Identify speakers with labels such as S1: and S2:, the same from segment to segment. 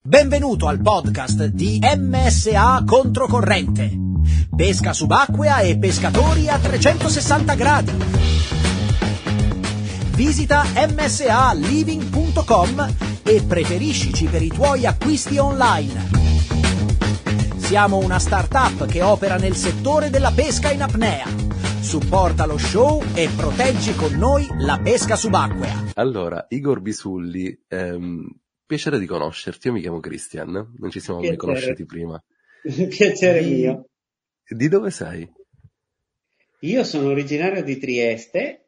S1: Benvenuto al podcast di MSA Controcorrente. Pesca subacquea e pescatori a 360 gradi. Visita msaliving.com e preferiscici per i tuoi acquisti online. Siamo una startup che opera nel settore della pesca in apnea. Supporta lo show e proteggi con noi la pesca subacquea.
S2: Allora, Igor Bisulli, piacere di conoscerti, io mi chiamo Christian, non ci siamo mai conosciuti prima.
S3: Piacere mio.
S2: Di dove sei?
S3: Io sono originario di Trieste,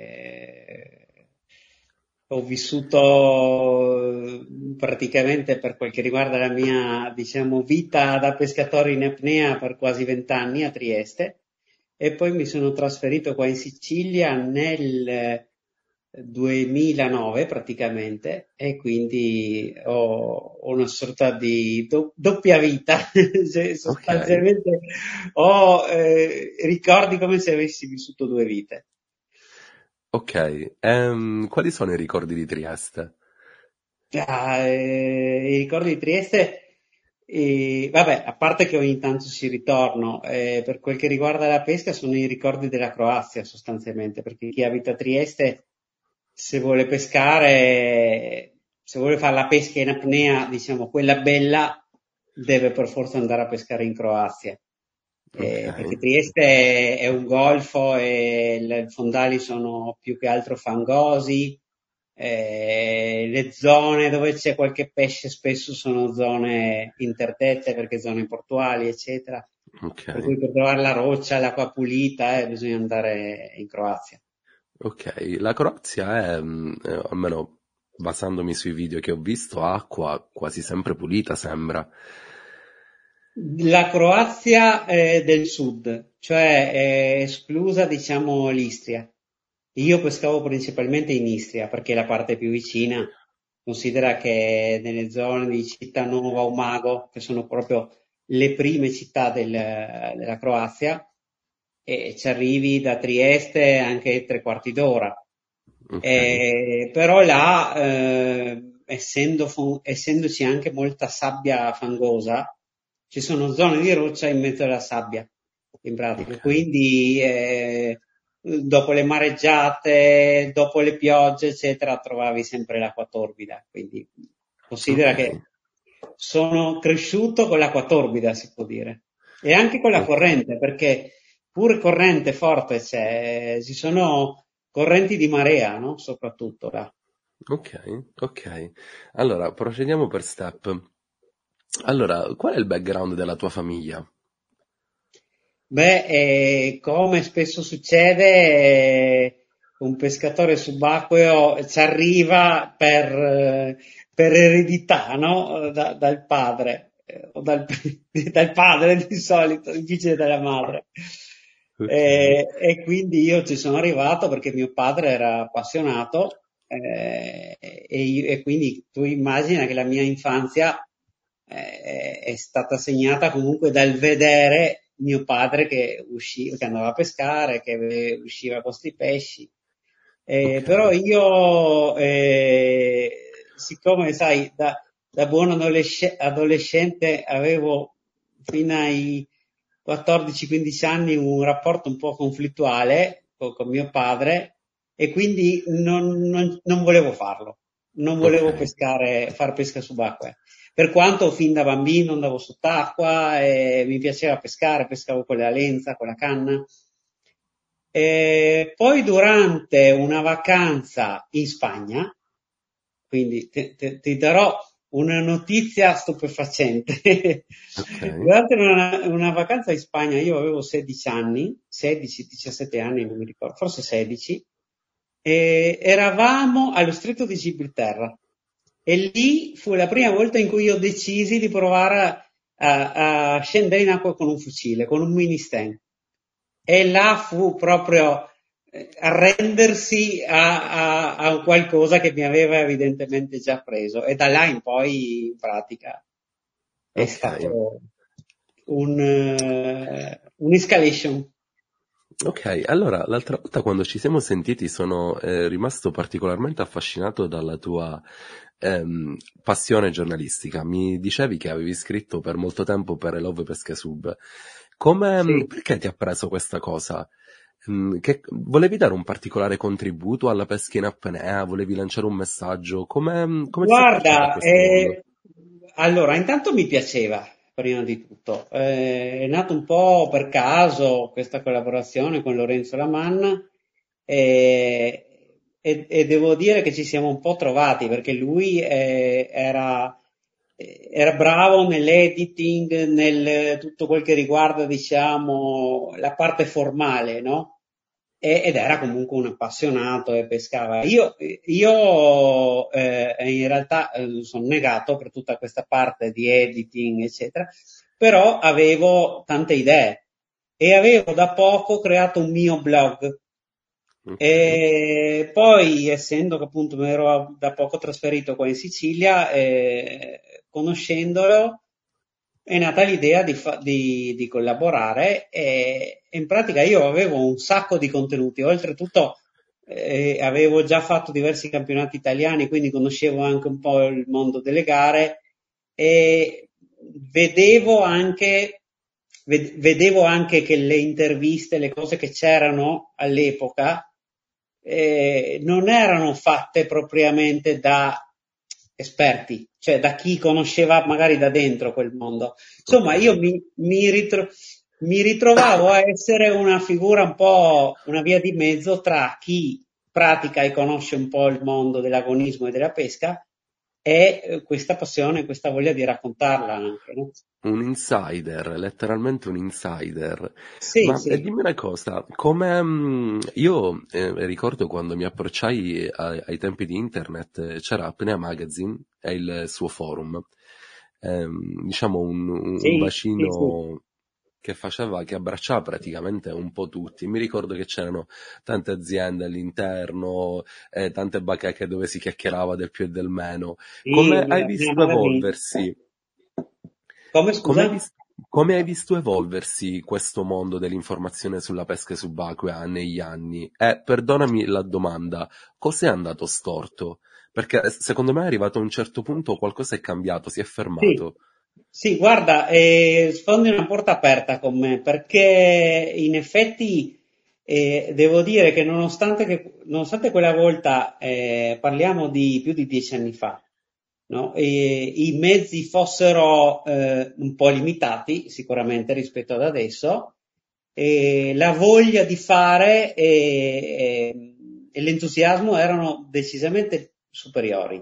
S3: ho vissuto praticamente, per quel che riguarda la mia, vita da pescatore in apnea, per quasi 20 anni a Trieste, e poi mi sono trasferito qua in Sicilia nel 2009 praticamente, e quindi ho una sorta di doppia vita. Cioè, sostanzialmente ho ricordi come se avessi vissuto due vite.
S2: Ok, quali sono i ricordi di Trieste?
S3: I ricordi di Trieste, vabbè, a parte che ogni tanto ci ritorno, per quel che riguarda la pesca sono i ricordi della Croazia sostanzialmente, perché chi abita a Trieste, se vuole pescare, se vuole fare la pesca in apnea, diciamo quella bella, deve per forza andare a pescare in Croazia. Perché Trieste è un golfo e i fondali sono più che altro fangosi, le zone dove c'è qualche pesce spesso sono zone interdette perché zone portuali, eccetera. Per cui per trovare la roccia, l'acqua pulita, bisogna andare in Croazia.
S2: Ok, la Croazia è, almeno basandomi sui video che ho visto, acqua quasi sempre pulita, sembra.
S3: La Croazia del sud, cioè esclusa, diciamo, l'Istria. Io pescavo principalmente in Istria perché è la parte più vicina. Considera che nelle zone di Cittanuova, Umago, che sono proprio le prime città della Croazia, e ci arrivi da Trieste anche 3/4 d'ora. Però là, essendoci anche molta sabbia fangosa, ci sono zone di roccia in mezzo alla sabbia, in pratica. Quindi dopo le mareggiate, dopo le piogge, eccetera, trovavi sempre l'acqua torbida. Quindi considera che sono cresciuto con l'acqua torbida, si può dire, e anche con la corrente, perché pure corrente forte c'è, ci sono correnti di marea, no? Soprattutto là.
S2: Ok. Allora, procediamo per step. Allora, qual è il background della tua famiglia?
S3: Beh, come spesso succede, un pescatore subacqueo ci arriva per eredità, no? Dal padre, o dal padre di solito, difficile dalla madre. E quindi io ci sono arrivato perché mio padre era appassionato, e quindi tu immagina che la mia infanzia è stata segnata comunque dal vedere mio padre che andava a pescare, che usciva con questi pesci. Però io, siccome sai, da buon adolescente avevo fino ai 14-15 anni un rapporto un po' conflittuale con mio padre, e quindi non volevo farlo. Non volevo far pesca subacquea. Per quanto fin da bambino andavo sott'acqua e mi piaceva pescare, pescavo con la lenza, con la canna. Poi durante una vacanza in Spagna, quindi ti darò una notizia stupefacente. Durante una vacanza in Spagna, io avevo 16 anni, 16-17 anni, non mi ricordo, forse 16, e eravamo allo Stretto di Gibilterra. E lì fu la prima volta in cui io decisi di provare a scendere in acqua con un fucile, con un mini Sten. E là fu proprio arrendersi a qualcosa che mi aveva evidentemente già preso. E da là in poi, in pratica, è stato un'escalation.
S2: Ok, allora l'altra volta quando ci siamo sentiti sono rimasto particolarmente affascinato dalla tua passione giornalistica. Mi dicevi che avevi scritto per molto tempo per I Love Pesche Sub.
S3: Sì.
S2: Perché ti ha preso questa cosa? Volevi dare un particolare contributo alla pesca in apnea? Volevi lanciare un messaggio? Come ti sei approcciato a
S3: Guarda,
S2: questo mondo?
S3: allora, intanto mi piaceva, prima di tutto. È nato un po' per caso questa collaborazione con Lorenzo Lamanna eh, e devo dire che ci siamo un po' trovati perché lui era bravo nell'editing, nel tutto quel che riguarda, diciamo, la parte formale, no? Ed era comunque un appassionato e pescava. Io in realtà sono negato per tutta questa parte di editing, eccetera, però avevo tante idee e avevo da poco creato un mio blog.
S2: Ok,
S3: E poi, essendo che appunto mi ero da poco trasferito qua in Sicilia, conoscendolo, è nata l'idea di collaborare e in pratica io avevo un sacco di contenuti, oltretutto avevo già fatto diversi campionati italiani, quindi conoscevo anche un po' il mondo delle gare e vedevo anche, vedevo anche che le interviste, le cose che c'erano all'epoca, non erano fatte propriamente da esperti, cioè da chi conosceva magari da dentro quel mondo.
S2: ok.
S3: Insomma, mi ritrovavo a essere una figura un po' una via di mezzo tra chi pratica e conosce un po' il mondo dell'agonismo e della pesca e questa passione, questa voglia di raccontarla anche, no?
S2: Un insider, letteralmente un insider.
S3: Sì,
S2: Ma
S3: sì,
S2: dimmi una cosa, io ricordo quando mi approcciai ai tempi di internet, c'era Apnea Magazine e il suo forum. Diciamo un
S3: sì, sì, sì.
S2: bacino che abbracciava praticamente un po' tutti. Mi ricordo che c'erano tante aziende all'interno, tante bacheche dove si chiacchierava del più e del meno.
S3: Sì,
S2: Come hai
S3: mia
S2: visto
S3: magazine.
S2: evolversi?
S3: Come
S2: Come hai
S3: scusa?
S2: come hai visto evolversi questo mondo dell'informazione sulla pesca subacquea negli anni? E perdonami la domanda, cos'è andato storto? Perché secondo me è arrivato a un certo punto qualcosa è cambiato, si è
S3: Sì,
S2: fermato.
S3: sì, guarda, sfondi una porta aperta con me perché in effetti devo dire che nonostante quella volta parliamo di più di 10 anni fa, no? I mezzi fossero un po' limitati sicuramente rispetto ad adesso, e la voglia di fare e l'entusiasmo erano decisamente superiori.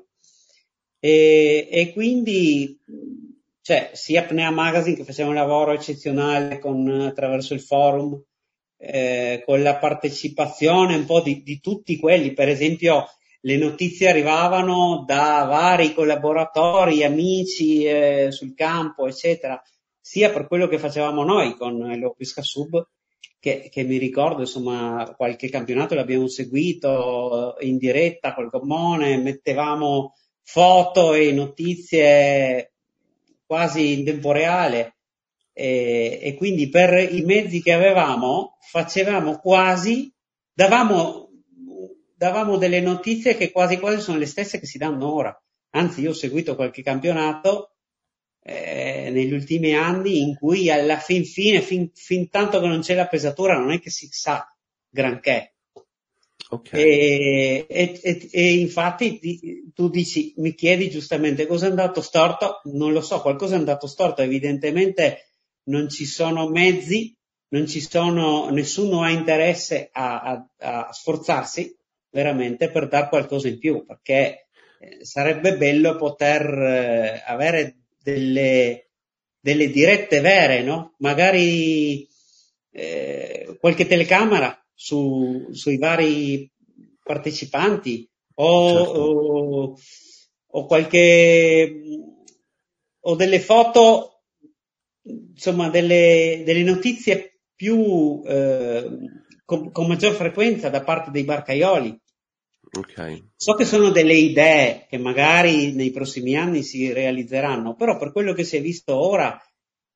S3: E quindi, cioè, sia Pnea Magazine che faceva un lavoro eccezionale attraverso il forum, con la partecipazione un po' di tutti quelli, per esempio, le notizie arrivavano da vari collaboratori, amici, sul campo, eccetera, sia per quello che facevamo noi con lo Pesca Sub, che mi ricordo, insomma, qualche campionato l'abbiamo seguito in diretta col gommone, mettevamo foto e notizie quasi in tempo reale e quindi per i mezzi che avevamo facevamo davamo, davamo delle notizie che quasi quasi sono le stesse che si danno ora. Anzi, io ho seguito qualche campionato negli ultimi anni in cui alla fin fine, fin tanto che non c'è la pesatura, non è che si sa granché.
S2: Ok,
S3: E infatti tu dici, mi chiedi giustamente cosa è andato storto? Non lo so, qualcosa è andato storto. Evidentemente non ci sono mezzi, non ci sono, nessuno ha interesse a sforzarsi veramente per dar qualcosa in più, perché sarebbe bello poter avere delle dirette vere, no? Magari qualche telecamera sui vari partecipanti
S2: certo,
S3: o qualche o delle foto, insomma, delle notizie più con maggior frequenza da parte dei barcaioli.
S2: ok.
S3: So che sono delle idee che magari nei prossimi anni si realizzeranno, però per quello che si è visto ora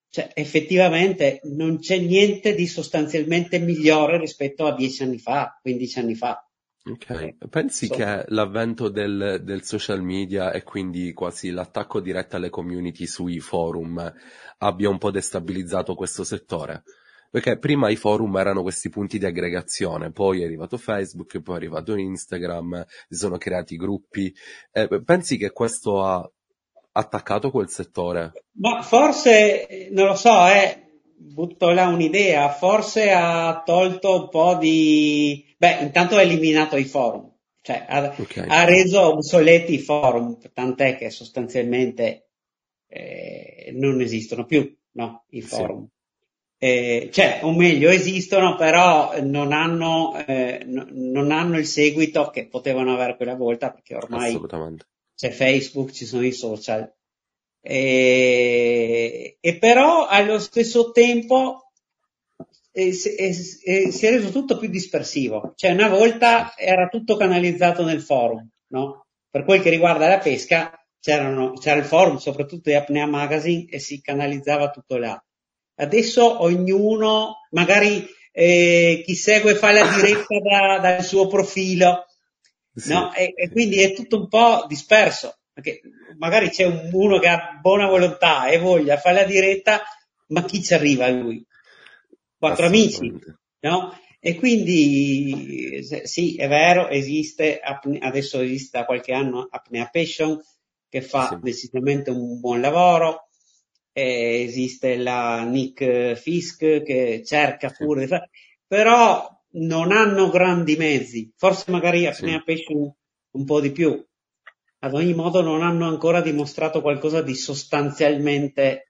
S3: cioè, effettivamente non c'è niente di sostanzialmente migliore rispetto a 10 anni fa, 15 anni fa.
S2: Ok, pensi
S3: Insomma.
S2: che l'avvento del social media e quindi quasi l'attacco diretto alle community sui forum abbia un po' destabilizzato questo settore? Perché prima i forum erano questi punti di aggregazione, poi è arrivato Facebook, poi è arrivato Instagram, si sono creati gruppi. Pensi che questo ha attaccato quel settore?
S3: Ma forse, non lo so, butto là un'idea, forse ha tolto un po' di... Beh, intanto ha eliminato i forum, cioè
S2: Ok,
S3: ha reso obsoleti i forum, tant'è che sostanzialmente non esistono più, no, i
S2: sì,
S3: forum. Cioè, o meglio, esistono, però non hanno il seguito che potevano avere quella volta, perché ormai
S2: assolutamente.
S3: c'è Facebook, ci sono i social. E però allo stesso tempo si è reso tutto più dispersivo. Cioè, una
S2: Sì,
S3: volta era tutto canalizzato nel forum, no? Per quel che riguarda la pesca, c'era il forum, soprattutto di Apnea Magazine, e si canalizzava tutto là. Adesso ognuno, magari chi segue fa la diretta dal suo profilo,
S2: sì,
S3: no? E
S2: sì,
S3: quindi è tutto un po' disperso, perché magari c'è uno che ha buona volontà e voglia fare la diretta, ma chi ci arriva a lui? Quattro amici,
S2: assolutamente.
S3: no? E quindi sì, è vero, adesso esiste da qualche anno Apnea Passion, che fa
S2: Sì,
S3: decisamente un buon lavoro. Esiste la Nick Fisk che cerca
S2: sì,
S3: pure di fare, però non hanno grandi mezzi, forse magari
S2: sì.
S3: Apnea Passion un po' di più. Ad ogni modo non hanno ancora dimostrato qualcosa di sostanzialmente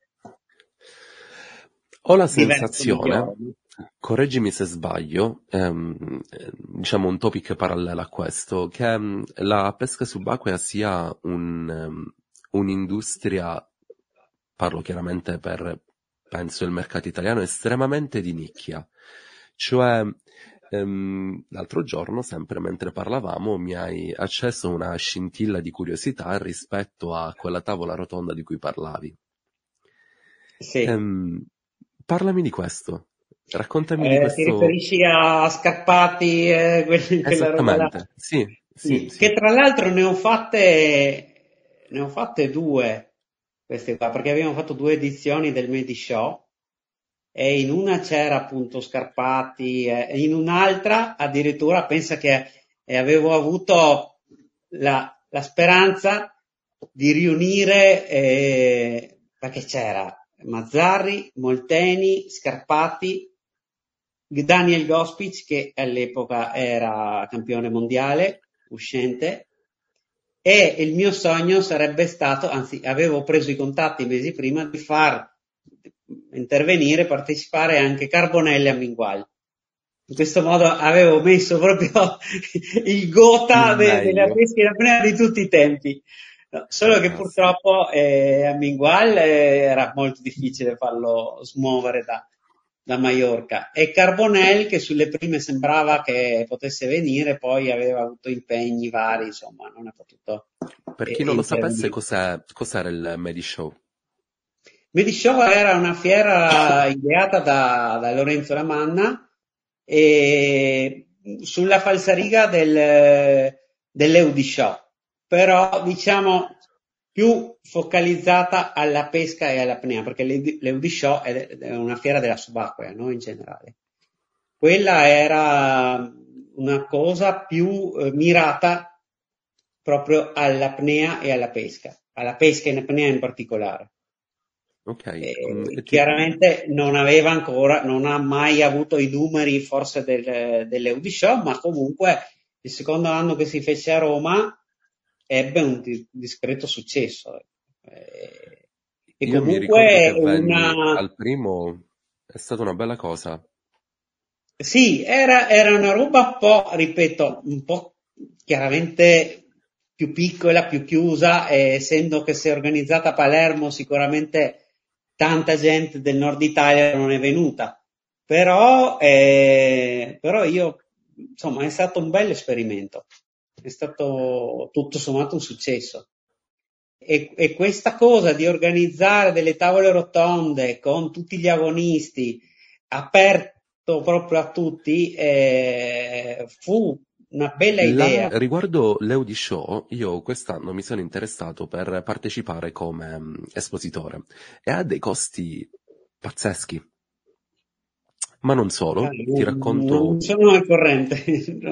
S2: Ho la
S3: diverso,
S2: sensazione,
S3: migliore, no?
S2: correggimi se sbaglio, diciamo un topic parallelo a questo, che la pesca subacquea sia un'industria, parlo chiaramente per, penso, il mercato italiano, estremamente di nicchia. Cioè, l'altro giorno, sempre mentre parlavamo, mi hai acceso una scintilla di curiosità rispetto a quella tavola rotonda di cui parlavi.
S3: Sì.
S2: Ehm, parlami di questo, raccontami di
S3: Ti
S2: questo.
S3: riferisci a Scarpati, quella roba là?
S2: Esattamente, sì, sì,
S3: Sì,
S2: sì,
S3: che tra l'altro ne ho fatte due, queste qua, perché abbiamo fatto due edizioni del Medi Show e in una c'era appunto Scarpati, e in un'altra addirittura pensa che avevo avuto la speranza di riunire, perché c'era Mazzarri, Molteni, Scarpati, Daniel Gospic, che all'epoca era campione mondiale, uscente, e il mio sogno sarebbe stato, anzi avevo preso i contatti mesi prima, di far intervenire, partecipare anche Carbonelli a Mingual. In questo modo avevo messo proprio il
S2: il
S3: gota della
S2: meglio.
S3: pesca in apnea di tutti i tempi. No, solo che
S2: Fantastico.
S3: purtroppo a Mingual era molto difficile farlo smuovere da Maiorca, e Carbonell, che sulle prime sembrava che potesse venire, poi aveva avuto impegni vari, insomma, non è potuto
S2: Per chi non lo sapesse,
S3: intervenire.
S2: cos'era il Medi Show?
S3: Medishow era una fiera ideata da Lorenzo Lamanna e sulla falsariga dell'Eudishow, però diciamo più focalizzata alla pesca e all'apnea, perché l'Eudishow è una fiera della subacquea, no? In generale. Quella era una cosa più mirata proprio all'apnea e alla pesca in apnea in particolare.
S2: Ok,
S3: Chiaramente non aveva ancora, non ha mai avuto i numeri forse dell'Eudishow, ma comunque il secondo anno che si fece a Roma ebbe un discreto successo. E
S2: io mi ricordo
S3: comunque
S2: che venni
S3: una,
S2: al primo, è stata una bella cosa.
S3: sì, era una roba un po', ripeto, un po' chiaramente più piccola, più chiusa, e essendo che si è organizzata a Palermo, sicuramente tanta gente del nord Italia non è venuta. Però io, insomma, è stato un bel esperimento. È stato tutto sommato un successo. e questa cosa di organizzare delle tavole rotonde con tutti gli agonisti aperto proprio a tutti, fu una bella idea.
S2: Riguardo l'Eudi Show, io quest'anno mi sono interessato per partecipare come espositore e ha dei costi pazzeschi. Ma non solo, ti
S3: Non
S2: racconto.
S3: sono al corrente,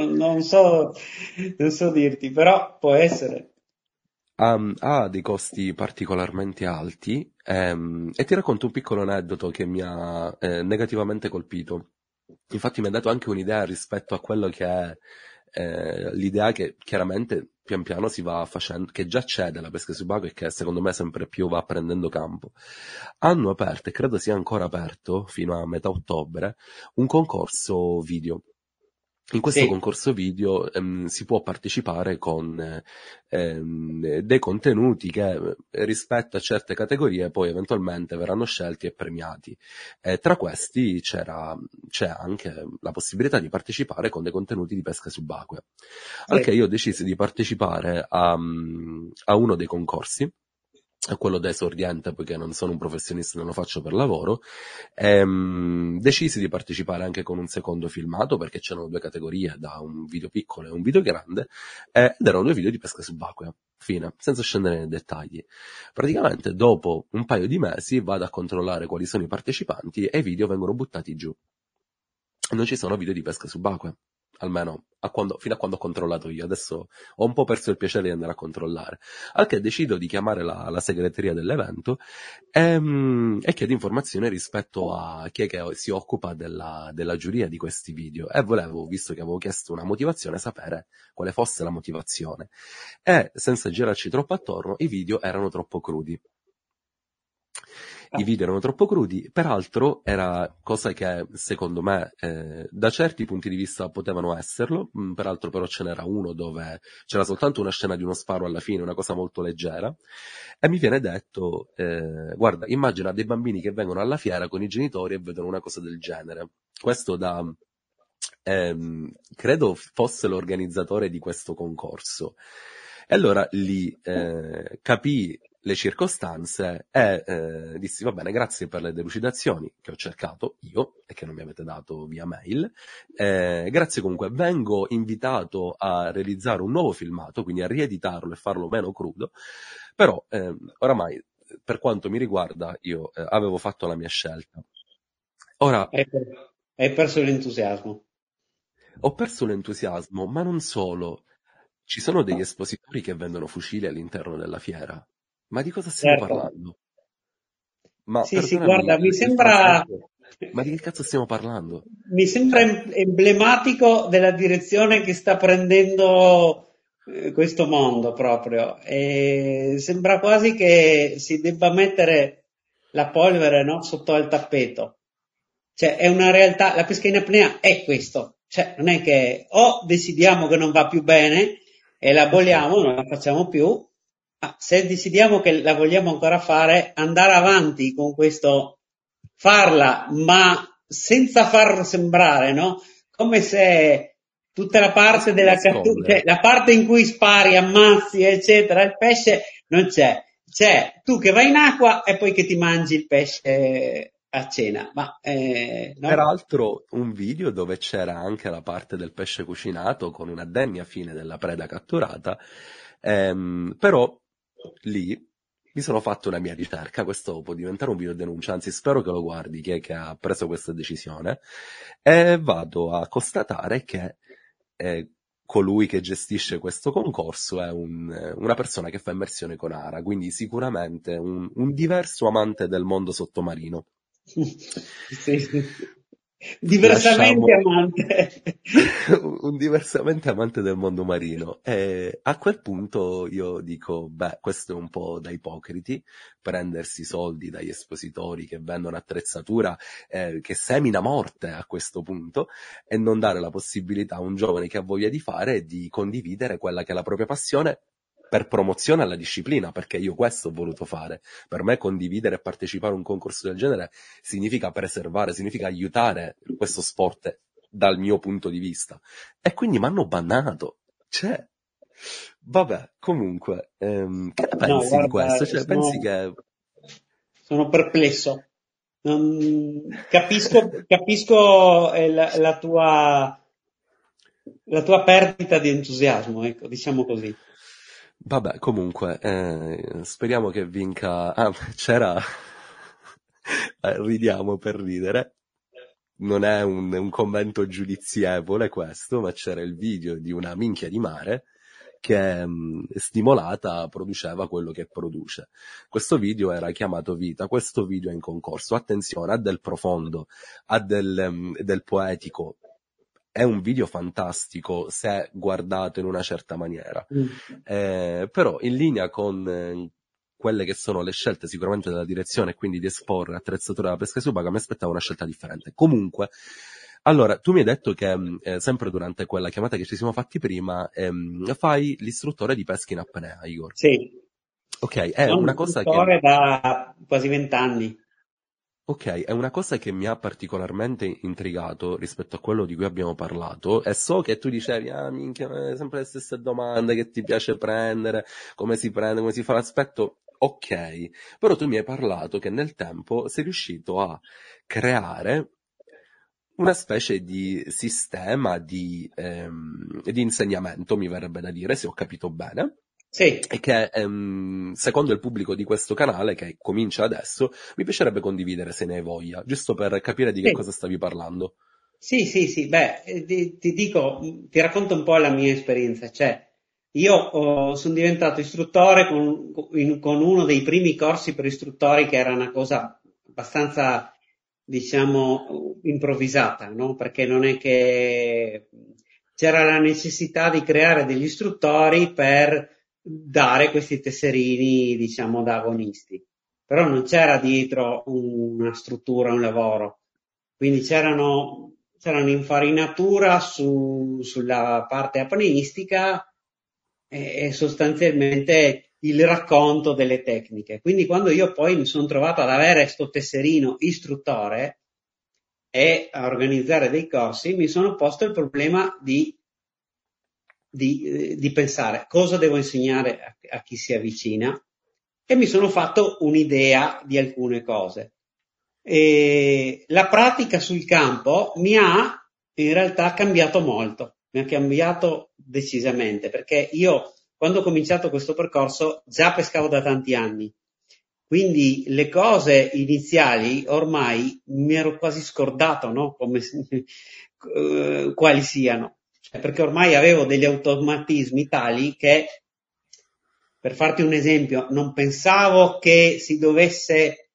S3: non so dirti, però può essere.
S2: Ha dei costi particolarmente alti, e ti racconto un piccolo aneddoto che mi ha negativamente colpito. Infatti mi ha dato anche un'idea rispetto a quello che è l'idea che chiaramente pian piano si va facendo, che già c'è della pesca subacquea e che secondo me sempre più va prendendo campo. Hanno aperto, e credo sia ancora aperto fino a metà ottobre, un concorso video. In questo
S3: Sì,
S2: concorso video si può partecipare con dei contenuti che rispetto a certe categorie poi eventualmente verranno scelti e premiati. Tra questi c'è anche la possibilità di partecipare con dei contenuti di pesca subacquea. Al che
S3: sì.
S2: io ho deciso di partecipare a uno dei concorsi, a quello da esordiente, poiché non sono un professionista, non lo faccio per lavoro. Decisi di partecipare anche con un secondo filmato, perché c'erano due categorie, da un video piccolo e un video grande, ed erano due video di pesca subacquea. Fine, senza scendere nei dettagli. Praticamente dopo un paio di mesi vado a controllare quali sono i partecipanti e i video vengono buttati giù. Non ci sono video di pesca subacquea, almeno fino a quando ho controllato io. Adesso ho un po' perso il piacere di andare a controllare, al che decido di chiamare la segreteria dell'evento e chiedo informazioni rispetto a chi è che si occupa della giuria di questi video, e volevo, visto che avevo chiesto una motivazione, sapere quale fosse la motivazione. E senza girarci troppo attorno, i video erano troppo crudi. I video erano troppo crudi, peraltro era cosa che secondo me da certi punti di vista potevano esserlo, peraltro però ce n'era uno dove c'era soltanto una scena di uno sparo alla fine, una cosa molto leggera, e mi viene detto, guarda, immagina dei bambini che vengono alla fiera con i genitori e vedono una cosa del genere. Questo credo fosse l'organizzatore di questo concorso. E allora lì capii le circostanze e dissi va bene, grazie per le delucidazioni che ho cercato io e che non mi avete dato via mail. Grazie comunque, vengo invitato a realizzare un nuovo filmato, quindi a rieditarlo e farlo meno crudo, però oramai per quanto mi riguarda io avevo fatto la mia scelta. Ora,
S3: Hai perso l'entusiasmo.
S2: ho perso l'entusiasmo, ma non solo. Ci sono degli espositori che vendono fucili all'interno della fiera. Ma di cosa stiamo
S3: Certo.
S2: parlando? Ma
S3: Sì, sì,
S2: perdonami
S3: guarda,
S2: il fraseggio, ma di che cazzo stiamo parlando?
S3: mi sembra
S2: Cioè,
S3: emblematico della direzione che sta prendendo questo mondo proprio. E sembra quasi che si debba mettere la polvere, no, sotto al tappeto. Cioè, è una realtà, la pesca in apnea è questo. Cioè, non è che o decidiamo che non va più bene e la aboliamo,
S2: esatto.
S3: non la facciamo più, ma se decidiamo che la vogliamo ancora fare, andare avanti con questo, farla, ma senza far sembrare, no? Come se tutta la
S2: Ma
S3: parte
S2: sono
S3: della cattura, cioè
S2: nascondere.
S3: la parte in cui spari, ammazzi, eccetera, il pesce non c'è. C'è tu che vai in acqua e poi che ti mangi il pesce a cena, ma no?
S2: Peraltro un video dove c'era anche la parte del pesce cucinato con una degna fine della preda catturata, però lì mi sono fatto una mia ricerca, questo può diventare un video denuncia, anzi spero che lo guardi chi è che ha preso questa decisione, e vado a constatare che colui che gestisce questo concorso è una persona che fa immersione con Ara, quindi sicuramente un diverso amante del mondo sottomarino.
S3: Sì, sì. Diversamente
S2: Lasciamo
S3: amante.
S2: un diversamente amante del mondo marino, e a quel punto io dico, beh, questo è un po' da ipocriti, prendersi soldi dagli espositori che vendono attrezzatura che semina morte a questo punto, e non dare la possibilità a un giovane che ha voglia di fare e di condividere quella che è la propria passione per promozione alla disciplina, perché io questo ho voluto fare. Per me condividere e partecipare a un concorso del genere significa preservare, significa aiutare questo sport dal mio punto di vista. E quindi mi hanno bannato. Cioè, Vabbè, comunque, che ne
S3: No,
S2: pensi di questo?
S3: guarda,
S2: Cioè, pensi che...
S3: sono perplesso. Capisco la tua perdita di entusiasmo, ecco, diciamo così.
S2: Vabbè, comunque, speriamo che vinca... Ah, c'era... ridiamo per ridere. Non è un commento giudizievole questo, ma c'era il video di una minchia di mare che stimolata produceva quello che produce. Questo video era chiamato Vita, questo video è in concorso. Attenzione, ha del profondo, ha del poetico. È un video fantastico se guardato in una certa maniera, però in linea con quelle che sono le scelte sicuramente della direzione, quindi di esporre attrezzature della pesca subacquea, mi aspettavo una scelta differente. Comunque, allora, tu mi hai detto che sempre durante quella chiamata che ci siamo fatti prima, fai l'istruttore di pesca in apnea, Igor.
S3: Sì,
S2: Ok, è
S3: sono un
S2: una cosa che...
S3: istruttore da quasi 20 anni.
S2: Ok, è una cosa che mi ha particolarmente intrigato rispetto a quello di cui abbiamo parlato, e so che tu dicevi, ah minchia, sempre le stesse domande che ti piace prendere, come si prende, come si fa l'aspetto, ok, però tu mi hai parlato che nel tempo sei riuscito a creare una specie di sistema di insegnamento, mi verrebbe da dire, se ho capito bene,
S3: Sì,
S2: e che secondo il pubblico di questo canale, che comincia adesso, mi piacerebbe condividere se ne hai voglia, giusto per capire di che
S3: sì.
S2: cosa stavi parlando.
S3: Sì, beh, ti dico, ti racconto un po' la mia esperienza, cioè io sono diventato istruttore con uno dei primi corsi per istruttori che era una cosa abbastanza, diciamo, improvvisata, no? Perché non è che c'era la necessità di creare degli istruttori per dare questi tesserini, diciamo, da agonisti, però non c'era dietro una struttura, un lavoro. Quindi c'era un'infarinatura sulla parte apneistica e sostanzialmente il racconto delle tecniche. Quindi quando io poi mi sono trovato ad avere sto tesserino istruttore e a organizzare dei corsi, mi sono posto il problema di pensare cosa devo insegnare a chi si avvicina e mi sono fatto un'idea di alcune cose. E la pratica sul campo mi ha in realtà cambiato molto, mi ha cambiato decisamente, perché io quando ho cominciato questo percorso già pescavo da tanti anni, quindi le cose iniziali ormai mi ero quasi scordato, no? Come, quali siano, cioè, perché ormai avevo degli automatismi tali che, per farti un esempio, non pensavo che si dovesse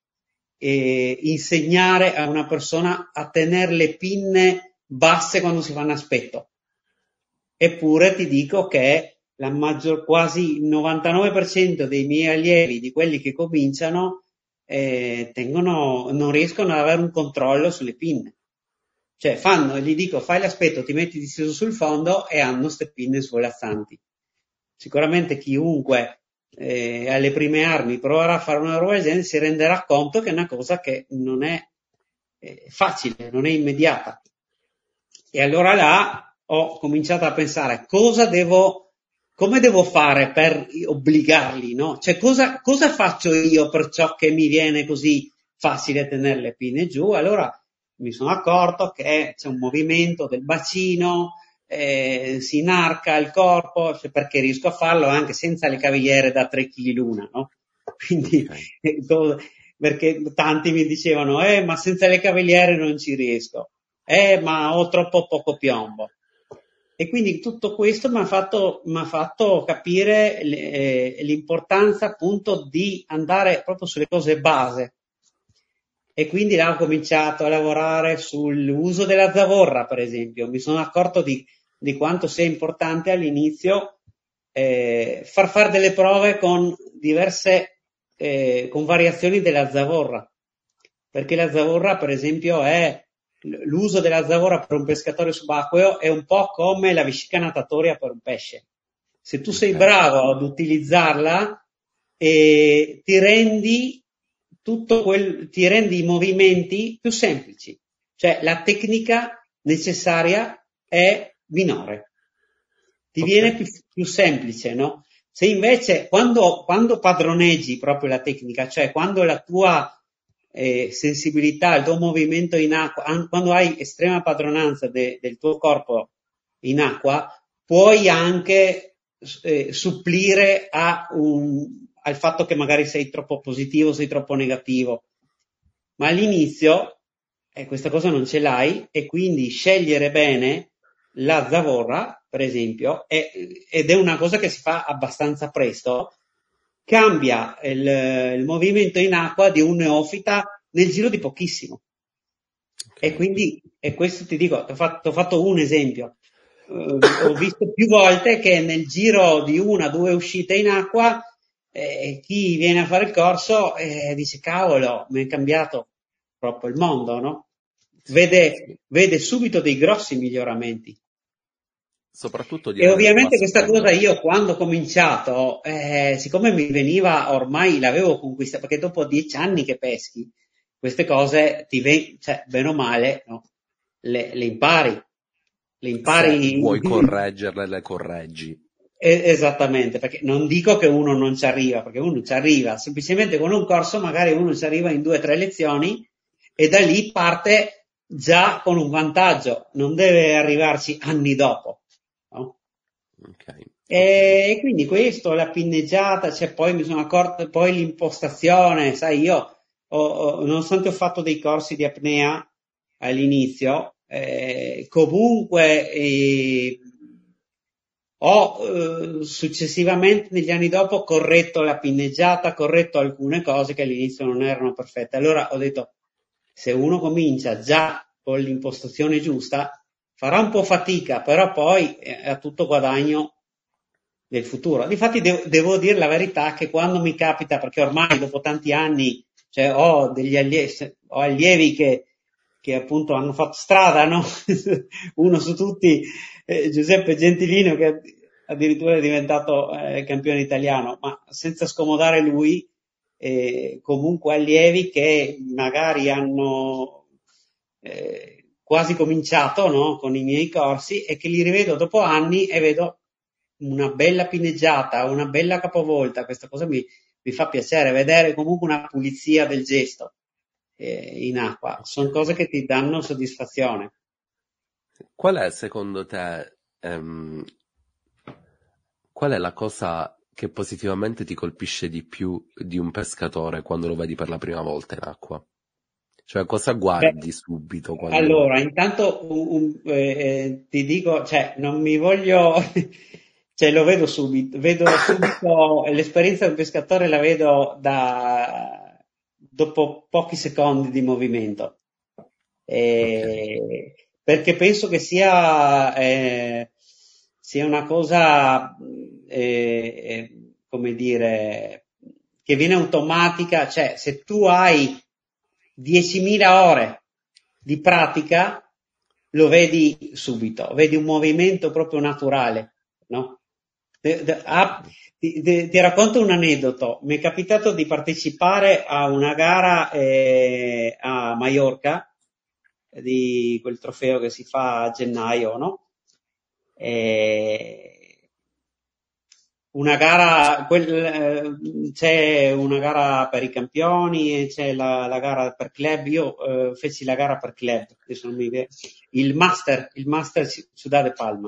S3: insegnare a una persona a tenere le pinne basse quando si fa un aspetto. Eppure ti dico che quasi il 99% dei miei allievi, di quelli che cominciano, non riescono ad avere un controllo sulle pinne. Cioè gli dico fai l'aspetto, ti metti disteso sul fondo e hanno ste pinne svolazzanti. Sicuramente chiunque alle prime armi proverà a fare una roba del genere si renderà conto che è una cosa che non è facile, non è immediata. E allora là ho cominciato a pensare come devo fare per obbligarli, no? Cioè cosa faccio io per ciò che mi viene così facile tenere le pinne giù? Allora mi sono accorto che c'è un movimento del bacino, si inarca il corpo, cioè perché riesco a farlo anche senza le cavigliere da 3 kg l'una, no? Quindi, perché tanti mi dicevano, ma senza le cavigliere non ci riesco, ma ho troppo poco piombo. E quindi tutto questo mi ha fatto capire l'importanza appunto di andare proprio sulle cose base. E quindi là ho cominciato a lavorare sull'uso della zavorra, per esempio. Mi sono accorto di quanto sia importante all'inizio far fare delle prove con con variazioni della zavorra. Perché la zavorra, per esempio, l'uso della zavorra per un pescatore subacqueo è un po' come la vescica natatoria per un pesce. Se tu sei bravo ad utilizzarla, ti rendi i movimenti più semplici, cioè la tecnica necessaria è minore. ti viene più semplice, no? Se invece quando padroneggi proprio la tecnica, cioè quando la tua sensibilità, il tuo movimento in acqua, quando hai estrema padronanza del tuo corpo in acqua, puoi anche supplire al fatto che magari sei troppo positivo, sei troppo negativo. Ma all'inizio questa cosa non ce l'hai, e quindi scegliere bene la zavorra, per esempio, ed è una cosa che si fa abbastanza presto, cambia il movimento in acqua di un neofita nel giro di pochissimo. E quindi, questo ti dico, ti ho fatto un esempio. Ho visto più volte che nel giro di 1-2 uscite in acqua, chi viene a fare il corso dice: cavolo, mi è cambiato proprio il mondo, no? Vede subito dei grossi miglioramenti.
S2: Soprattutto
S3: E ovviamente questa cosa io quando ho cominciato, siccome mi veniva, ormai l'avevo conquistata, perché dopo 10 anni che peschi, queste cose cioè, bene o male, no? Le impari.
S2: Se vuoi correggerle, le correggi.
S3: Esattamente, perché non dico che uno non ci arriva, perché uno ci arriva, semplicemente con un corso magari uno ci arriva in 2 o 3 lezioni e da lì parte già con un vantaggio, non deve arrivarci anni dopo. No?
S2: Okay.
S3: E quindi questo, la pinneggiata, cioè poi mi sono accorto, poi l'impostazione, sai, io nonostante ho fatto dei corsi di apnea all'inizio, comunque ho successivamente negli anni dopo corretto la pinneggiata, corretto alcune cose che all'inizio non erano perfette. Allora ho detto, se uno comincia già con l'impostazione giusta, farà un po' fatica, però poi ha tutto guadagno del futuro. Difatti devo dire la verità che quando mi capita, perché ormai dopo tanti anni, cioè ho allievi che appunto hanno fatto strada, no? Uno su tutti, Giuseppe Gentilino, che addirittura è diventato campione italiano, ma senza scomodare lui, comunque allievi che magari hanno quasi cominciato, no? Con i miei corsi, e che li rivedo dopo anni e vedo una bella pinneggiata, una bella capovolta. Questa cosa mi fa piacere, vedere comunque una pulizia del gesto in acqua, sono cose che ti danno soddisfazione.
S2: Qual è secondo te, qual è la cosa che positivamente ti colpisce di più di un pescatore quando lo vedi per la prima volta in acqua? Cioè, cosa guardi subito?
S3: Allora, intanto ti dico, cioè, non mi voglio, cioè, lo vedo subito l'esperienza del pescatore la vedo dopo pochi secondi di movimento, perché penso che sia una cosa, come dire, che viene automatica, cioè, se tu hai 10.000 ore di pratica, lo vedi subito, vedi un movimento proprio naturale, no? Ti racconto un aneddoto. Mi è capitato di partecipare a una gara a Maiorca, di quel trofeo che si fa a gennaio, no? Una gara, c'è una gara per i campioni e c'è la gara per club. Io feci la gara per club, adesso non mi viene, il Master Ciudad de Palma,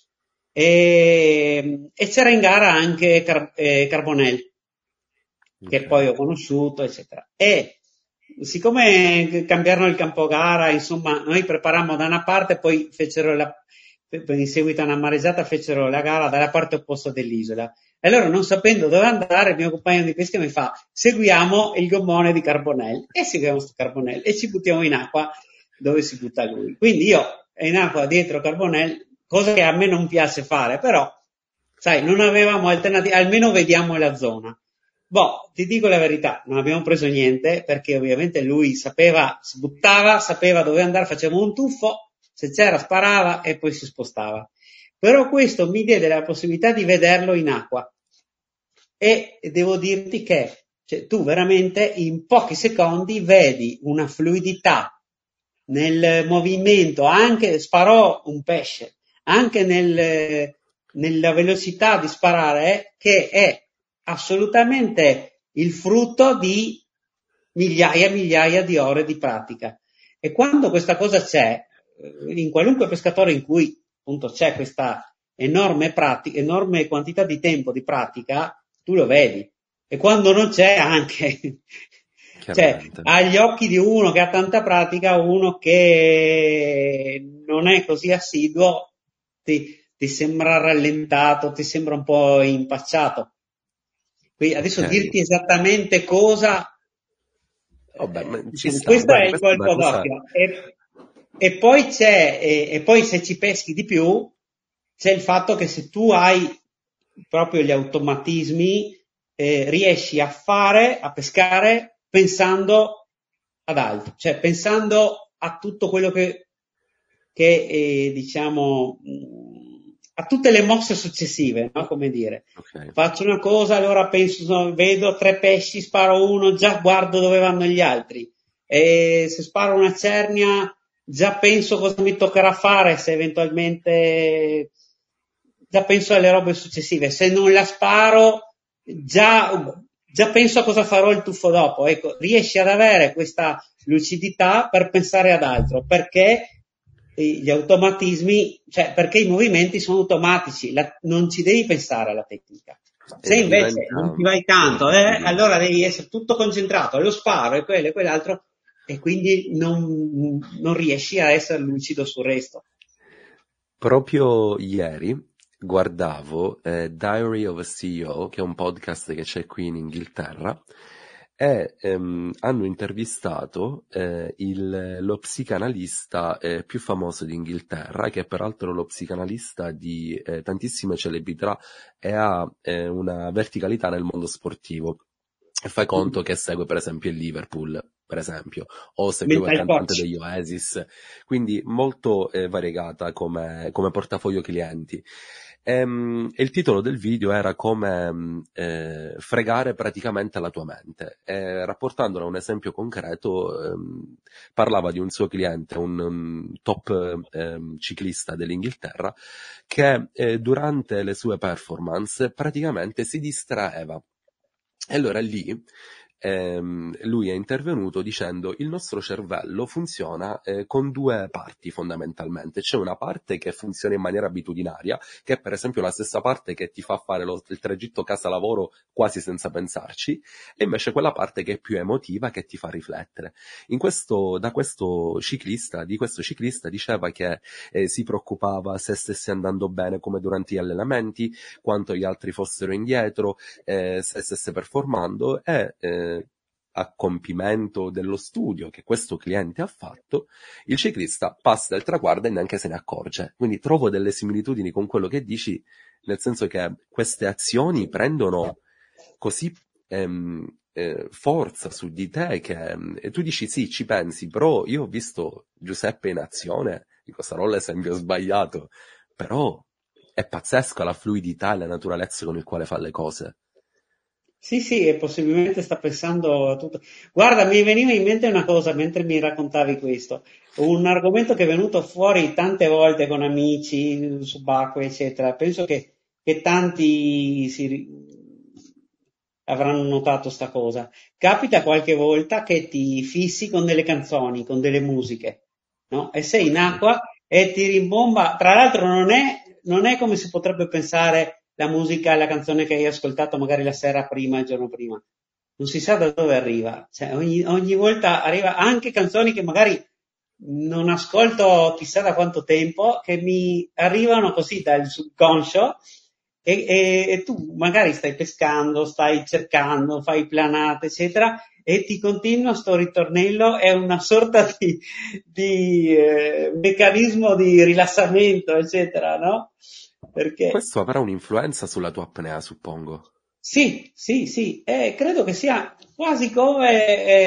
S3: e c'era in gara anche Carbonell, che poi ho conosciuto, eccetera. E siccome cambiarono il campo gara, insomma, noi preparammo da una parte, poi fecero in seguito a una mareggiata fecero la gara dalla parte opposta dell'isola. E allora, non sapendo dove andare, il mio compagno di pesca mi fa: seguiamo il gommone di Carbonell. E seguiamo questo Carbonell e ci buttiamo in acqua dove si butta lui. Quindi io in acqua dietro Carbonell, cosa che a me non piace fare, però sai, non avevamo alternative, almeno vediamo la zona. Boh, ti dico la verità, non abbiamo preso niente, perché ovviamente lui sapeva, si buttava, sapeva dove andare, faceva un tuffo, se c'era sparava e poi si spostava. Però questo mi diede la possibilità di vederlo in acqua, e devo dirti che, cioè, tu veramente in pochi secondi vedi una fluidità nel movimento, anche sparò un pesce, anche nella velocità di sparare, che è assolutamente il frutto di migliaia e migliaia di ore di pratica. E quando questa cosa c'è, in qualunque pescatore in cui appunto c'è questa enorme quantità di tempo di pratica, tu lo vedi. E quando non c'è anche, cioè,
S2: chiaramente.
S3: agli occhi di uno che ha tanta pratica, uno che non è così assiduo, ti sembra rallentato, ti sembra un po' impacciato. Quindi adesso
S2: Ok.
S3: dirti esattamente cosa,
S2: Vabbè, ma ci
S3: diciamo,
S2: sta,
S3: questo è
S2: guarda,
S3: il
S2: questa è una
S3: colpo
S2: cosa...
S3: d'occhio. E poi e poi se ci peschi di più, c'è il fatto che se tu hai proprio gli automatismi, riesci a pescare pensando ad altro, cioè pensando a tutto quello che diciamo, a tutte le mosse successive, no? Come dire,
S2: Ok.
S3: faccio una cosa, allora penso, no, vedo 3 pesci, sparo uno, già guardo dove vanno gli altri. E se sparo una cernia, già penso cosa mi toccherà fare, se eventualmente già penso alle robe successive. Se non la sparo, già penso a cosa farò il tuffo dopo. Ecco, riesci ad avere questa lucidità per pensare ad altro, perché gli automatismi, cioè perché i movimenti sono automatici, non ci devi pensare alla tecnica.
S2: E
S3: Se invece
S2: diventa...
S3: non ti vai tanto, allora devi essere tutto concentrato allo sparo e quello e quell'altro, e quindi non riesci a essere lucido sul resto.
S2: Proprio ieri guardavo Diary of a CEO, che è un podcast che c'è qui in Inghilterra, e hanno intervistato lo psicanalista più famoso d'Inghilterra, che è peraltro lo psicanalista di tantissime celebrità e ha una verticalità nel mondo sportivo. E fai conto che segue per esempio il Liverpool, per esempio, o seguiva il
S3: Mental
S2: cantante
S3: coach.
S2: degli Oasis, quindi molto variegata come portafoglio clienti. E il titolo del video era come fregare praticamente la tua mente. E rapportandolo a un esempio concreto, parlava di un suo cliente, un top ciclista dell'Inghilterra, che durante le sue performance praticamente si distraeva. E allora lì lui è intervenuto dicendo: il nostro cervello funziona con due parti fondamentalmente. C'è una parte che funziona in maniera abitudinaria, che è per esempio la stessa parte che ti fa fare il tragitto casa-lavoro quasi senza pensarci, e invece quella parte che è più emotiva, che ti fa riflettere. Di questo ciclista diceva che si preoccupava se stesse andando bene come durante gli allenamenti, quanto gli altri fossero indietro, se stesse performando, e a compimento dello studio che questo cliente ha fatto, il ciclista passa il traguardo e neanche se ne accorge. Quindi trovo delle similitudini con quello che dici, nel senso che queste azioni prendono così forza su di te che tu dici sì, ci pensi, però io ho visto Giuseppe in azione, dico sarò l'esempio sbagliato, però è pazzesca la fluidità e la naturalezza con il quale fa le cose.
S3: Sì, sì, e possibilmente sta pensando a tutto. Guarda, mi veniva in mente una cosa mentre mi raccontavi questo, un argomento che è venuto fuori tante volte con amici, subacquei, eccetera. Penso che tanti avranno notato sta cosa. Capita qualche volta che ti fissi con delle canzoni, con delle musiche, no? E sei in
S2: Ok.
S3: acqua e ti rimbomba. Tra l'altro non è come si potrebbe pensare la musica, la canzone che hai ascoltato magari la sera prima, il giorno prima. Non si sa da dove arriva. Cioè, ogni volta arriva anche canzoni che magari non ascolto chissà da quanto tempo, che mi arrivano così dal subconscio e tu magari stai pescando, stai cercando, fai planate, eccetera, e ti continua sto ritornello, è una sorta di meccanismo di rilassamento, eccetera, no? Perché
S2: Questo avrà un'influenza sulla tua apnea, suppongo.
S3: sì, sì, sì, credo che sia quasi come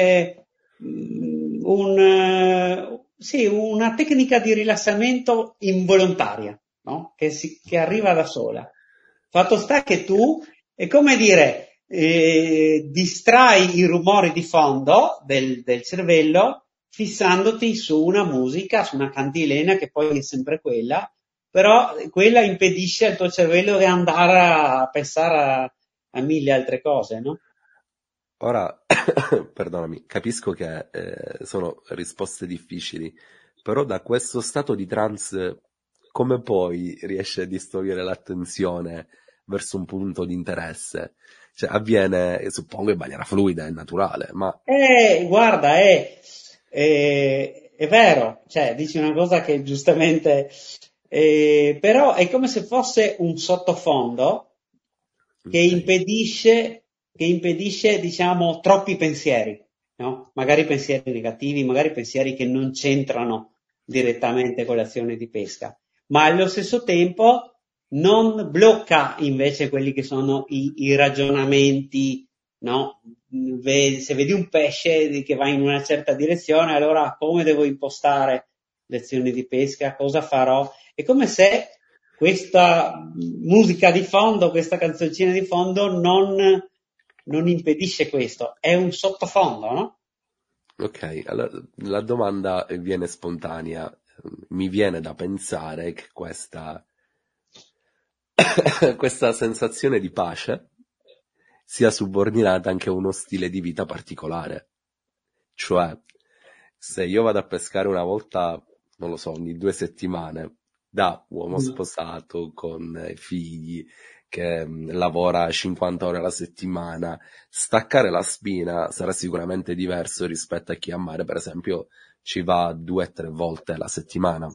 S3: sì, una tecnica di rilassamento involontaria, no? Che arriva da sola. Fatto sta che tu, è come dire, distrai i rumori di fondo del cervello fissandoti su una musica, su una cantilena che poi è sempre quella, però quella impedisce al tuo cervello di andare a pensare a mille altre cose, no?
S2: Ora, perdonami, capisco che sono risposte difficili, però da questo stato di trance come poi riesci a distogliere l'attenzione verso un punto di interesse? Cioè, avviene, suppongo, in maniera fluida e naturale, ma
S3: Guarda, è vero, cioè, dici una cosa che giustamente, però è come se fosse un sottofondo che
S2: ok,
S3: impedisce, diciamo, troppi pensieri, no? Magari pensieri negativi, magari pensieri che non c'entrano direttamente con l'azione di pesca, ma allo stesso tempo non blocca invece quelli che sono i ragionamenti, no? Se vedi un pesce che va in una certa direzione, allora come devo impostare le azioni di pesca? Cosa farò? È come se questa musica di fondo, questa canzoncina di fondo non impedisce questo, è un sottofondo, no?
S2: ok, allora, la domanda viene spontanea, mi viene da pensare che questa sensazione di pace sia subordinata anche a uno stile di vita particolare. Cioè, se io vado a pescare una volta, non lo so, ogni 2 settimane, da uomo
S3: Mm.
S2: sposato con figli, che lavora 50 ore alla settimana, staccare la spina sarà sicuramente diverso rispetto a chi a mare, per esempio, ci va 2 o 3 volte alla settimana.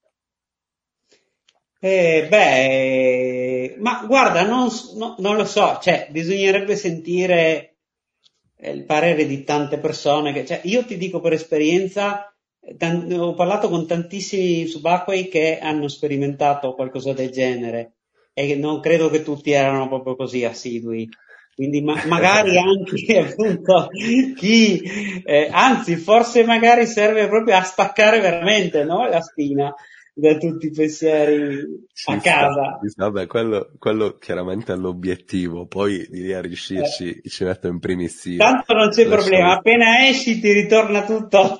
S3: Ma guarda, non lo so, cioè, bisognerebbe sentire il parere di tante persone cioè, io ti dico per esperienza, ho parlato con tantissimi subacquei che hanno sperimentato qualcosa del genere e che non credo che tutti erano proprio così assidui. Quindi magari anche appunto chi, anzi, forse magari serve proprio a staccare veramente, no? La spina da tutti i pensieri a casa.
S2: Ci sta, vabbè, quello chiaramente è l'obiettivo, poi di lì a
S3: Eh,
S2: riuscirci ci metto in primis io.
S3: Tanto non c'è
S2: Lasciamo
S3: problema,
S2: stare.
S3: appena esci ti ritorna tutto.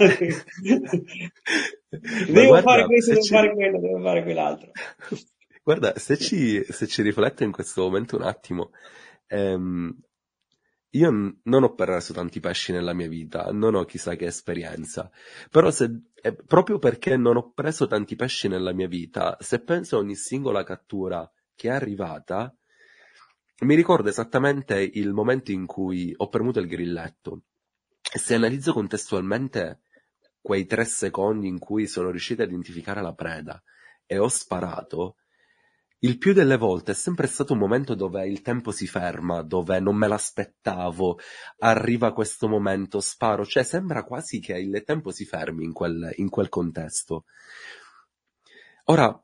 S2: Ma
S3: Devo fare
S2: guarda,
S3: questo, devo fare quello, devo fare quell'altro.
S2: guarda, se ci rifletto in questo momento un attimo, ehm, io non ho preso tanti pesci nella mia vita, non ho chissà che esperienza, però proprio perché non ho preso tanti pesci nella mia vita, se penso a ogni singola cattura che è arrivata, mi ricordo esattamente il momento in cui ho premuto il grilletto. E se analizzo contestualmente quei 3 secondi in cui sono riuscito a identificare la preda e ho sparato, il più delle volte è sempre stato un momento dove il tempo si ferma, dove non me l'aspettavo, arriva questo momento, sparo, cioè sembra quasi che il tempo si fermi in quel contesto. Ora,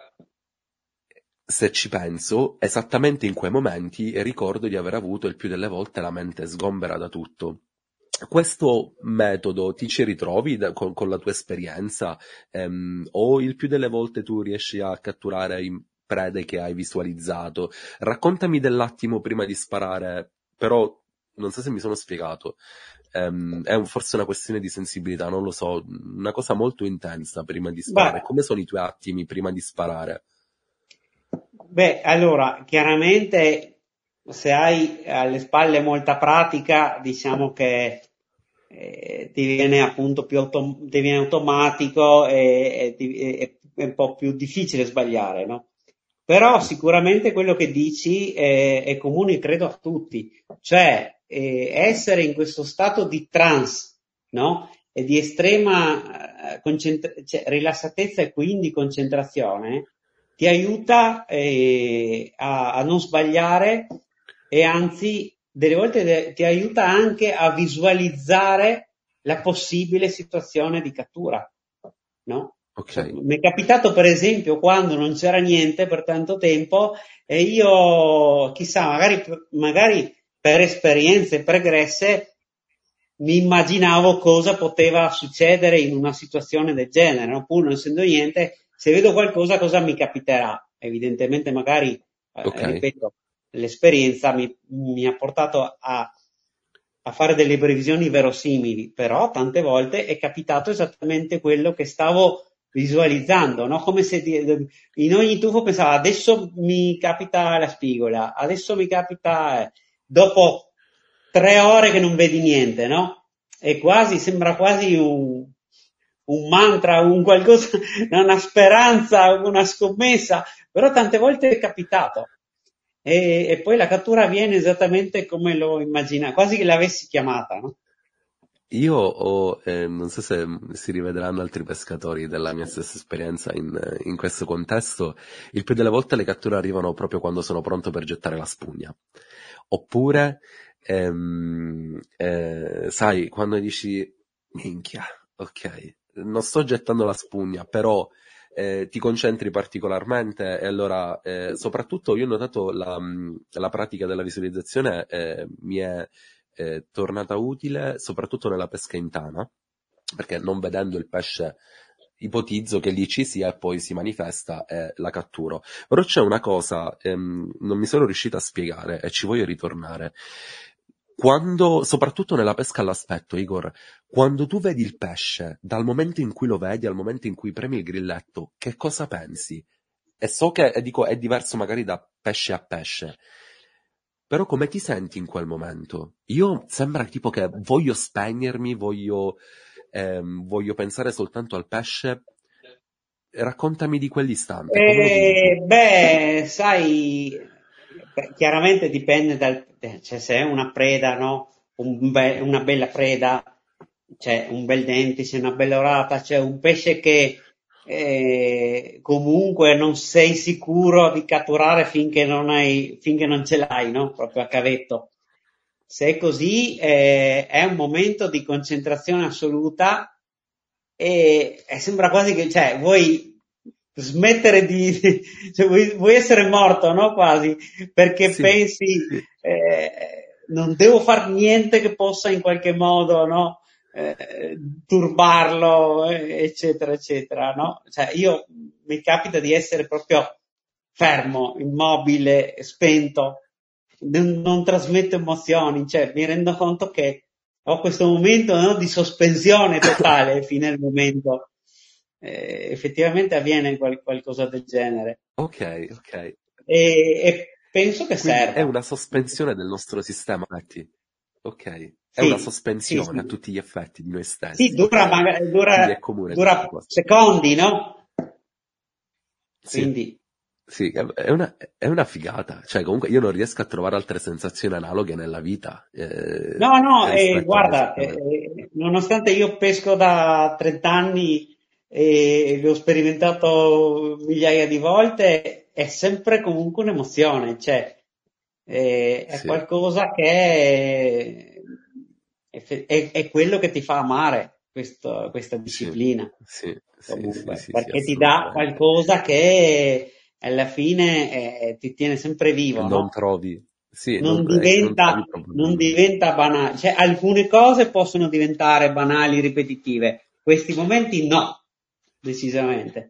S2: se ci penso, esattamente in quei momenti ricordo di aver avuto il più delle volte la mente sgombera da tutto. Questo metodo ti ci ritrovi con la tua esperienza, o il più delle volte tu riesci a catturare prede che hai visualizzato? Raccontami dell'attimo prima di sparare, però non so se mi sono spiegato. È forse una questione di sensibilità, non lo so, una cosa molto intensa prima di sparare.
S3: Beh,
S2: Come sono i tuoi attimi prima di sparare?
S3: allora, chiaramente se hai alle spalle molta pratica, diciamo che ti viene appunto ti viene automatico è un po' più difficile sbagliare, no? Però sicuramente quello che dici è comune, credo, a tutti, cioè essere in questo stato di trance, no? E di estrema cioè, rilassatezza e quindi concentrazione ti aiuta a non sbagliare e anzi delle volte ti aiuta anche a visualizzare la possibile situazione di cattura, no?
S2: Ok,
S3: Mi è capitato per esempio quando non c'era niente per tanto tempo e io, chissà, magari per esperienze pregresse mi immaginavo cosa poteva succedere in una situazione del genere, no? Pur non essendo niente, se vedo qualcosa cosa mi capiterà? Evidentemente magari,
S2: ok,
S3: ripeto, l'esperienza mi ha portato a fare delle previsioni verosimili, però tante volte è capitato esattamente quello che stavo visualizzando, no? Come se in ogni tuffo pensava adesso mi capita la spigola, adesso mi capita, dopo 3 ore che non vedi niente, no? E quasi, sembra quasi un mantra, un qualcosa, una speranza, una scommessa, però tante volte è capitato. E poi la cattura avviene esattamente come lo immagina, quasi che l'avessi chiamata, no?
S2: Io ho, non so se si rivedranno altri pescatori della mia stessa esperienza in questo contesto, il più delle volte le catture arrivano proprio quando sono pronto per gettare la spugna. Oppure, sai, quando dici, minchia, ok, non sto gettando la spugna, però ti concentri particolarmente e allora, soprattutto io ho notato la pratica della visualizzazione mi è tornata utile soprattutto nella pesca in tana, perché non vedendo il pesce ipotizzo che lì ci sia e poi si manifesta e la catturo. Però c'è una cosa, non mi sono riuscito a spiegare e ci voglio ritornare. Quando, soprattutto nella pesca all'aspetto, Igor, quando tu vedi il pesce, dal momento in cui lo vedi al momento in cui premi il grilletto, che cosa pensi? E so che dico, è diverso magari da pesce a pesce, però come ti senti in quel momento? Io sembra tipo che voglio spegnermi, voglio pensare soltanto al pesce. Raccontami di quell'istante, come lo vivi tu?
S3: Beh, sai, chiaramente dipende cioè se è una preda, no? Una bella preda, c'è un bel dente, c'è una bella orata, c'è un pesce che comunque non sei sicuro di catturare finché non ce l'hai, no? Proprio a cavetto. Se è così, è un momento di concentrazione assoluta e sembra quasi che, cioè, vuoi smettere cioè, vuoi essere morto, no? Quasi, perché
S2: Sì,
S3: pensi,
S2: sì,
S3: non devo fare niente che possa in qualche modo, no? Turbarlo, eccetera, eccetera, no? Cioè, io mi capita di essere proprio fermo, immobile, spento, non trasmetto emozioni, cioè mi rendo conto che ho questo momento, no, di sospensione totale fino al momento. Effettivamente avviene qualcosa del genere
S2: ok, ok.
S3: e penso che
S2: Quindi è
S3: serva.
S2: una sospensione del nostro sistema, Matti. Ok, è una
S3: Sì, sì,
S2: sospensione a
S3: sì.
S2: tutti gli effetti di noi
S3: Sì,
S2: stessi. Ok, quindi è comune questa
S3: dura
S2: cosa.
S3: secondi, no?
S2: Sì,
S3: Quindi,
S2: sì, è una figata. Cioè, comunque io non riesco a trovare altre sensazioni analoghe nella vita
S3: no, no,
S2: rispetto ad
S3: guarda,
S2: esattamente.
S3: nonostante io pesco da 30 anni e l'ho sperimentato migliaia di volte, è sempre comunque un'emozione, cioè è
S2: Sì,
S3: qualcosa che è quello che ti fa amare questa
S2: sì,
S3: disciplina,
S2: sì, sì, sì,
S3: comunque,
S2: sì, sì,
S3: perché ti dà
S2: assolutamente.
S3: qualcosa che alla fine ti tiene sempre vivo,
S2: Non
S3: no?
S2: trovi, sì,
S3: Non
S2: che non trovi
S3: diventa, non
S2: probabilmente.
S3: diventa banale, cioè alcune cose possono diventare banali, ripetitive, questi momenti no, decisamente.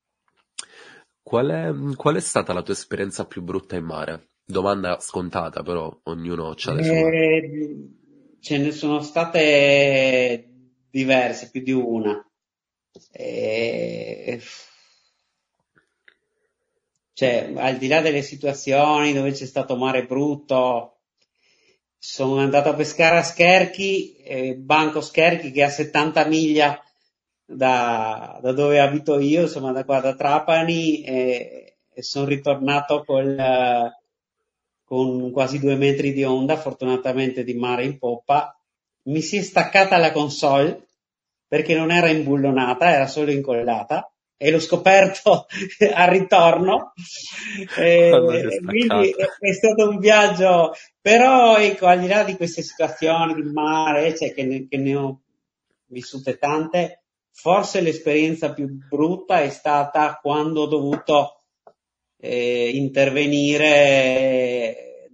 S2: Qual è stata la tua esperienza più brutta in mare? Domanda scontata, però ognuno ha le sue.
S3: Ce ne sono state diverse, più di una. Eh, cioè, al di là delle situazioni dove c'è stato mare brutto, sono andato a pescare a Scherchi, Banco Scherchi che è a 70 miglia da dove abito io, insomma da qua da Trapani, e sono ritornato con quasi 2 metri di onda, fortunatamente di mare in poppa. Mi si è staccata la console perché non era imbullonata, era solo incollata e l'ho scoperto al ritorno.
S2: Quando si è
S3: Quindi
S2: staccata.
S3: è stato un viaggio, però ecco, al di là di queste situazioni di mare, cioè, che ne ho vissute tante, forse l'esperienza più brutta è stata quando ho dovuto intervenire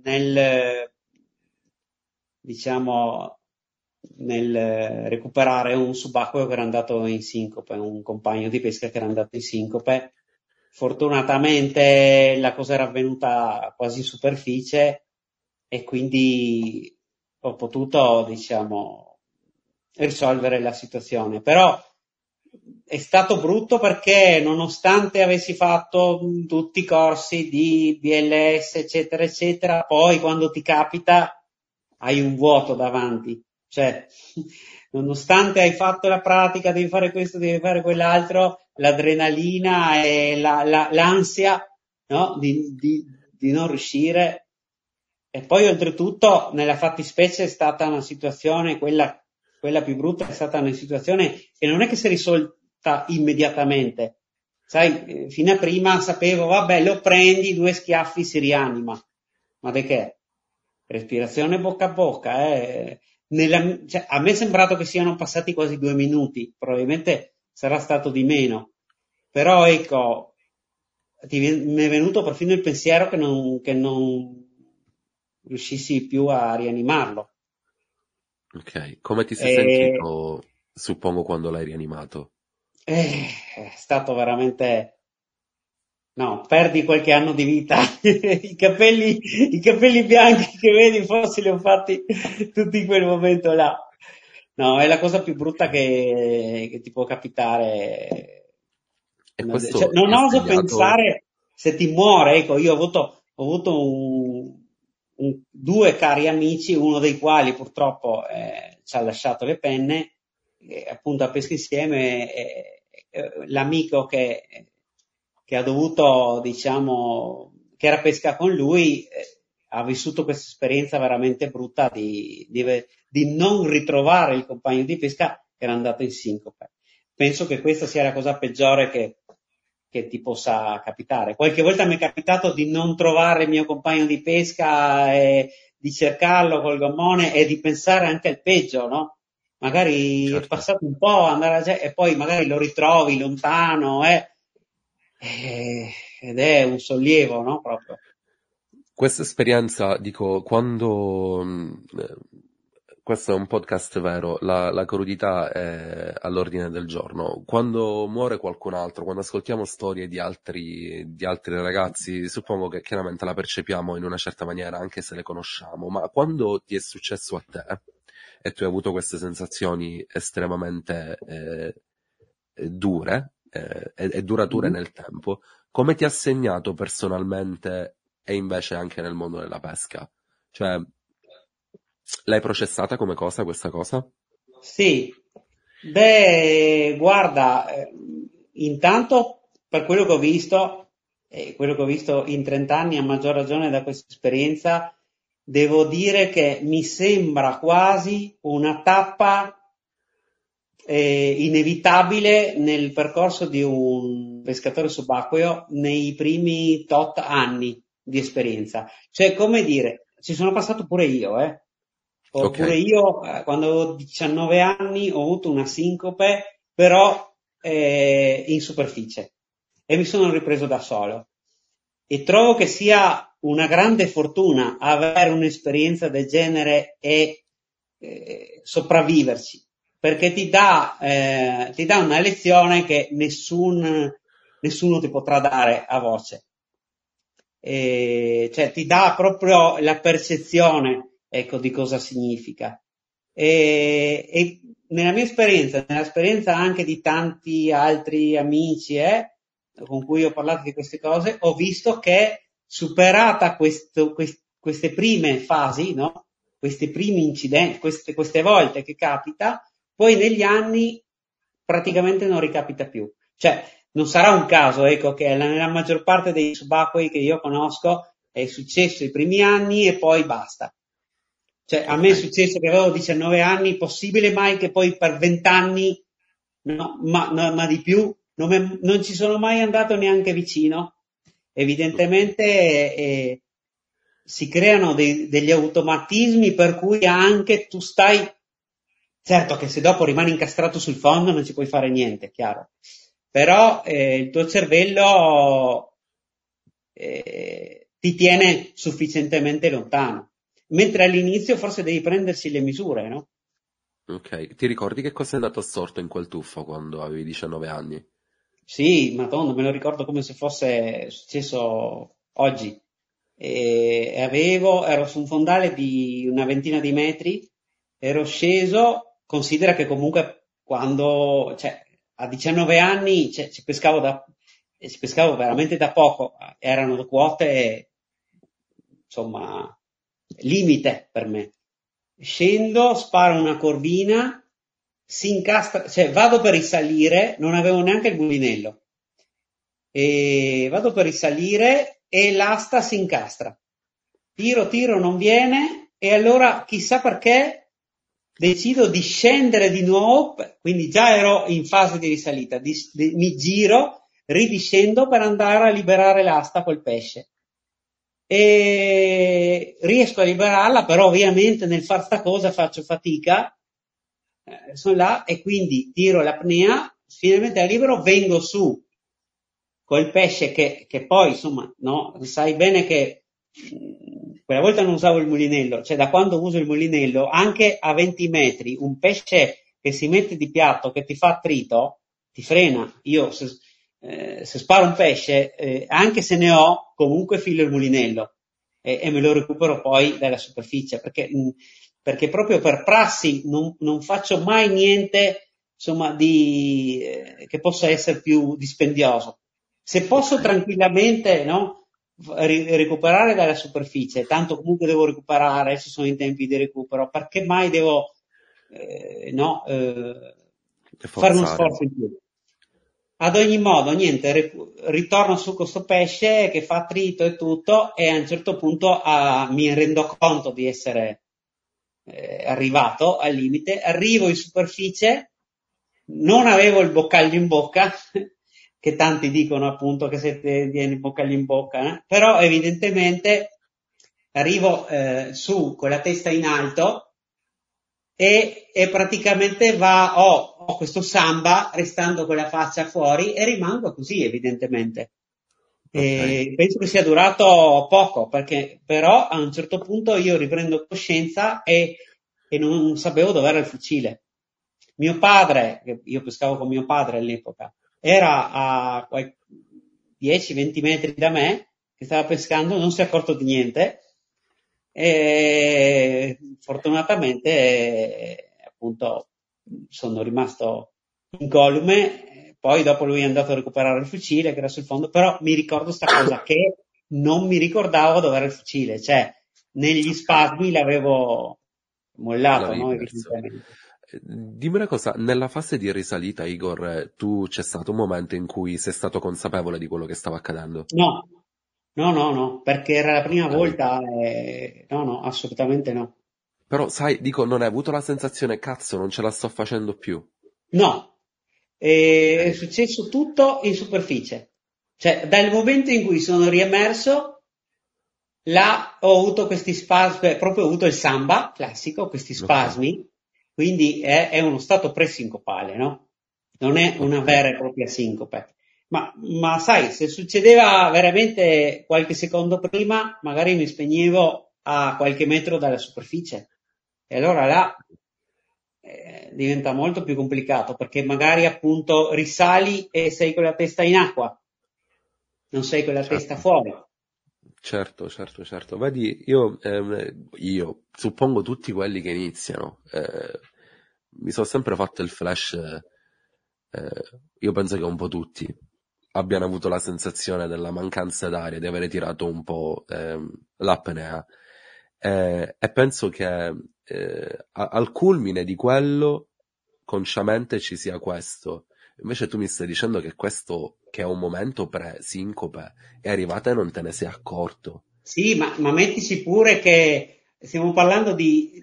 S3: diciamo, nel recuperare un subacqueo che era andato in sincope, un compagno di pesca che era andato in sincope. Fortunatamente la cosa era avvenuta quasi in superficie e quindi ho potuto, diciamo, risolvere la situazione. Però è stato brutto perché nonostante avessi fatto tutti i corsi di BLS, eccetera, eccetera, poi quando ti capita hai un vuoto davanti. Cioè, nonostante hai fatto la pratica, devi fare questo, devi fare quell'altro, l'adrenalina e l'ansia, no? Di non riuscire. E poi oltretutto nella fattispecie è stata una situazione, quella più brutta è stata una situazione che non è che si è risolta immediatamente. Sai, fino a prima sapevo, vabbè, lo prendi, 2 schiaffi si rianima. Ma di che? Respirazione bocca a bocca, cioè, a me è sembrato che siano passati quasi 2 minuti, probabilmente sarà stato di meno. Però ecco, mi è venuto perfino il pensiero che non riuscissi più a rianimarlo.
S2: Ok, come ti sei
S3: E,
S2: sentito, suppongo, quando l'hai rianimato?
S3: è stato veramente, no, perdi qualche anno di vita. I capelli bianchi che vedi forse li ho fatti tutti in quel momento là. No, è la cosa più brutta che ti può capitare.
S2: E
S3: Cioè,
S2: questo ti
S3: non
S2: ha
S3: oso
S2: segnato?
S3: pensare se ti muore. Ecco, io ho avuto 2 cari amici, uno dei quali purtroppo ci ha lasciato le penne, appunto a pesca insieme, l'amico che ha dovuto, diciamo, che era a pesca con lui, ha vissuto questa esperienza veramente brutta di non ritrovare il compagno di pesca che era andato in sincope. Penso che questa sia la cosa peggiore che ti possa capitare. Qualche volta mi è capitato di non trovare il mio compagno di pesca e di cercarlo col gommone e di pensare anche al peggio, no? Magari è
S2: Certo.
S3: passato un po', e poi magari lo ritrovi lontano, ed è un sollievo, no? Proprio.
S2: Questa esperienza, dico, quando questo è un podcast vero, la crudità è all'ordine del giorno. Quando muore qualcun altro, quando ascoltiamo storie di altri ragazzi, suppongo che chiaramente la percepiamo in una certa maniera, anche se le conosciamo, ma quando ti è successo a te e tu hai avuto queste sensazioni estremamente dure e durature
S3: Mhm.
S2: nel tempo, come ti ha segnato personalmente e invece anche nel mondo della pesca? Cioè, l'hai processata come cosa questa cosa?
S3: Sì, beh, guarda, intanto per quello che ho visto in 30 anni, a maggior ragione da questa esperienza, devo dire che mi sembra quasi una tappa inevitabile nel percorso di un pescatore subacqueo nei primi tot anni di esperienza. Cioè, come dire, ci sono passato pure io, eh.
S2: Ok,
S3: Oppure io, quando avevo 19 anni, ho avuto una sincope, però in superficie, e mi sono ripreso da solo. E trovo che sia una grande fortuna avere un'esperienza del genere e sopravviverci, perché ti dà una lezione che nessuno ti potrà dare a voce. Cioè ti dà proprio la percezione, ecco, di cosa significa. E nella mia esperienza, nell'esperienza anche di tanti altri amici, con cui ho parlato di queste cose, ho visto che superata queste prime fasi, no? Questi primi incidenti, queste volte che capita, poi negli anni praticamente non ricapita più. Cioè, non sarà un caso, ecco, che nella maggior parte dei subacquei che io conosco è successo i primi anni e poi basta. Cioè, a me è
S2: ok.
S3: successo che avevo 19 anni, possibile mai che poi per 20 anni, no, ma di più, non ci sono mai andato neanche vicino. Evidentemente si creano degli automatismi per cui anche tu stai, certo che se dopo rimani incastrato sul fondo non ci puoi fare niente, chiaro, però il tuo cervello ti tiene sufficientemente lontano, mentre all'inizio forse devi prendersi le misure, no?
S2: Ok, ti ricordi che cosa è andato storto in quel tuffo quando avevi 19 anni?
S3: Sì, Madonna, me lo ricordo come se fosse successo oggi. Ero su un fondale di una ventina di metri, ero sceso, considera che comunque cioè, a 19 anni ci pescavo veramente da poco, erano quote, insomma, limite per me. Scendo, sparo una corvina, si incastra, cioè vado per risalire, non avevo neanche il mulinello, e vado per risalire e l'asta si incastra. Tiro, non viene, e allora chissà perché decido di scendere di nuovo, quindi già ero in fase di risalita, mi giro, ridiscendo per andare a liberare l'asta col pesce. E riesco a liberarla, però ovviamente nel far sta cosa faccio fatica, sono là e quindi tiro l'apnea, finalmente la libero, vengo su col pesce che poi, insomma, no, sai bene che quella volta non usavo il mulinello, cioè da quando uso il mulinello, anche a 20 metri, un pesce che si mette di piatto, che ti fa attrito, ti frena. Io se sparo un pesce, anche se ne ho, comunque filo il mulinello e me lo recupero poi dalla superficie, perché proprio per prassi non faccio mai niente, insomma, che possa essere più dispendioso. Se posso tranquillamente, no, recuperare dalla superficie, tanto comunque devo recuperare, ci sono i tempi di recupero, perché mai devo fare uno sforzo in più? Ad ogni modo, niente, ritorno su questo pesce che fa attrito e tutto, e a un certo punto mi rendo conto di essere arrivato al limite, arrivo in superficie, non avevo il boccaglio in bocca, che tanti dicono appunto che se viene il boccaglio in bocca, però evidentemente arrivo su con la testa in alto e praticamente ho questo samba restando con la faccia fuori e rimango così evidentemente. Okay. E penso che sia durato poco, perché però a un certo punto io riprendo coscienza e non sapevo dove era il fucile. Mio padre, io pescavo con mio padre all'epoca, era a 10-20 metri da me, che stava pescando, non si è accorto di niente, e fortunatamente appunto sono rimasto incolume. Poi dopo lui è andato a recuperare il fucile che era sul fondo, però mi ricordo sta cosa che non mi ricordavo dove era il fucile, cioè negli spasmi l'avevo mollato, no?
S2: Dimmi una cosa, nella fase di risalita, Igor, c'è stato un momento in cui sei stato consapevole di quello che stava accadendo?
S3: No, perché era la prima volta, no, assolutamente no.
S2: Però sai, dico, non hai avuto la sensazione, cazzo, non ce la sto facendo più?
S3: No, è successo tutto in superficie, cioè dal momento in cui sono riemerso, là ho avuto questi spasmi, proprio ho avuto il samba classico, questi spasmi, okay. Quindi è uno stato presincopale, no? Non è una vera e propria sincope. Ma sai, se succedeva veramente qualche secondo prima, magari mi spegnevo a qualche metro dalla superficie. E allora là diventa molto più complicato, perché magari appunto risali e sei con la testa in acqua, non sei con la testa fuori.
S2: Certo. Vedi, io suppongo tutti quelli che iniziano, mi sono sempre fatto il flash, io penso che un po' tutti abbiano avuto la sensazione della mancanza d'aria, di avere tirato un po' l'apnea, e penso che al culmine di quello consciamente ci sia questo. Invece tu mi stai dicendo che questo, che è un momento pre-sincope, è arrivata e non te ne sei accorto.
S3: Sì, ma mettici pure che stiamo parlando di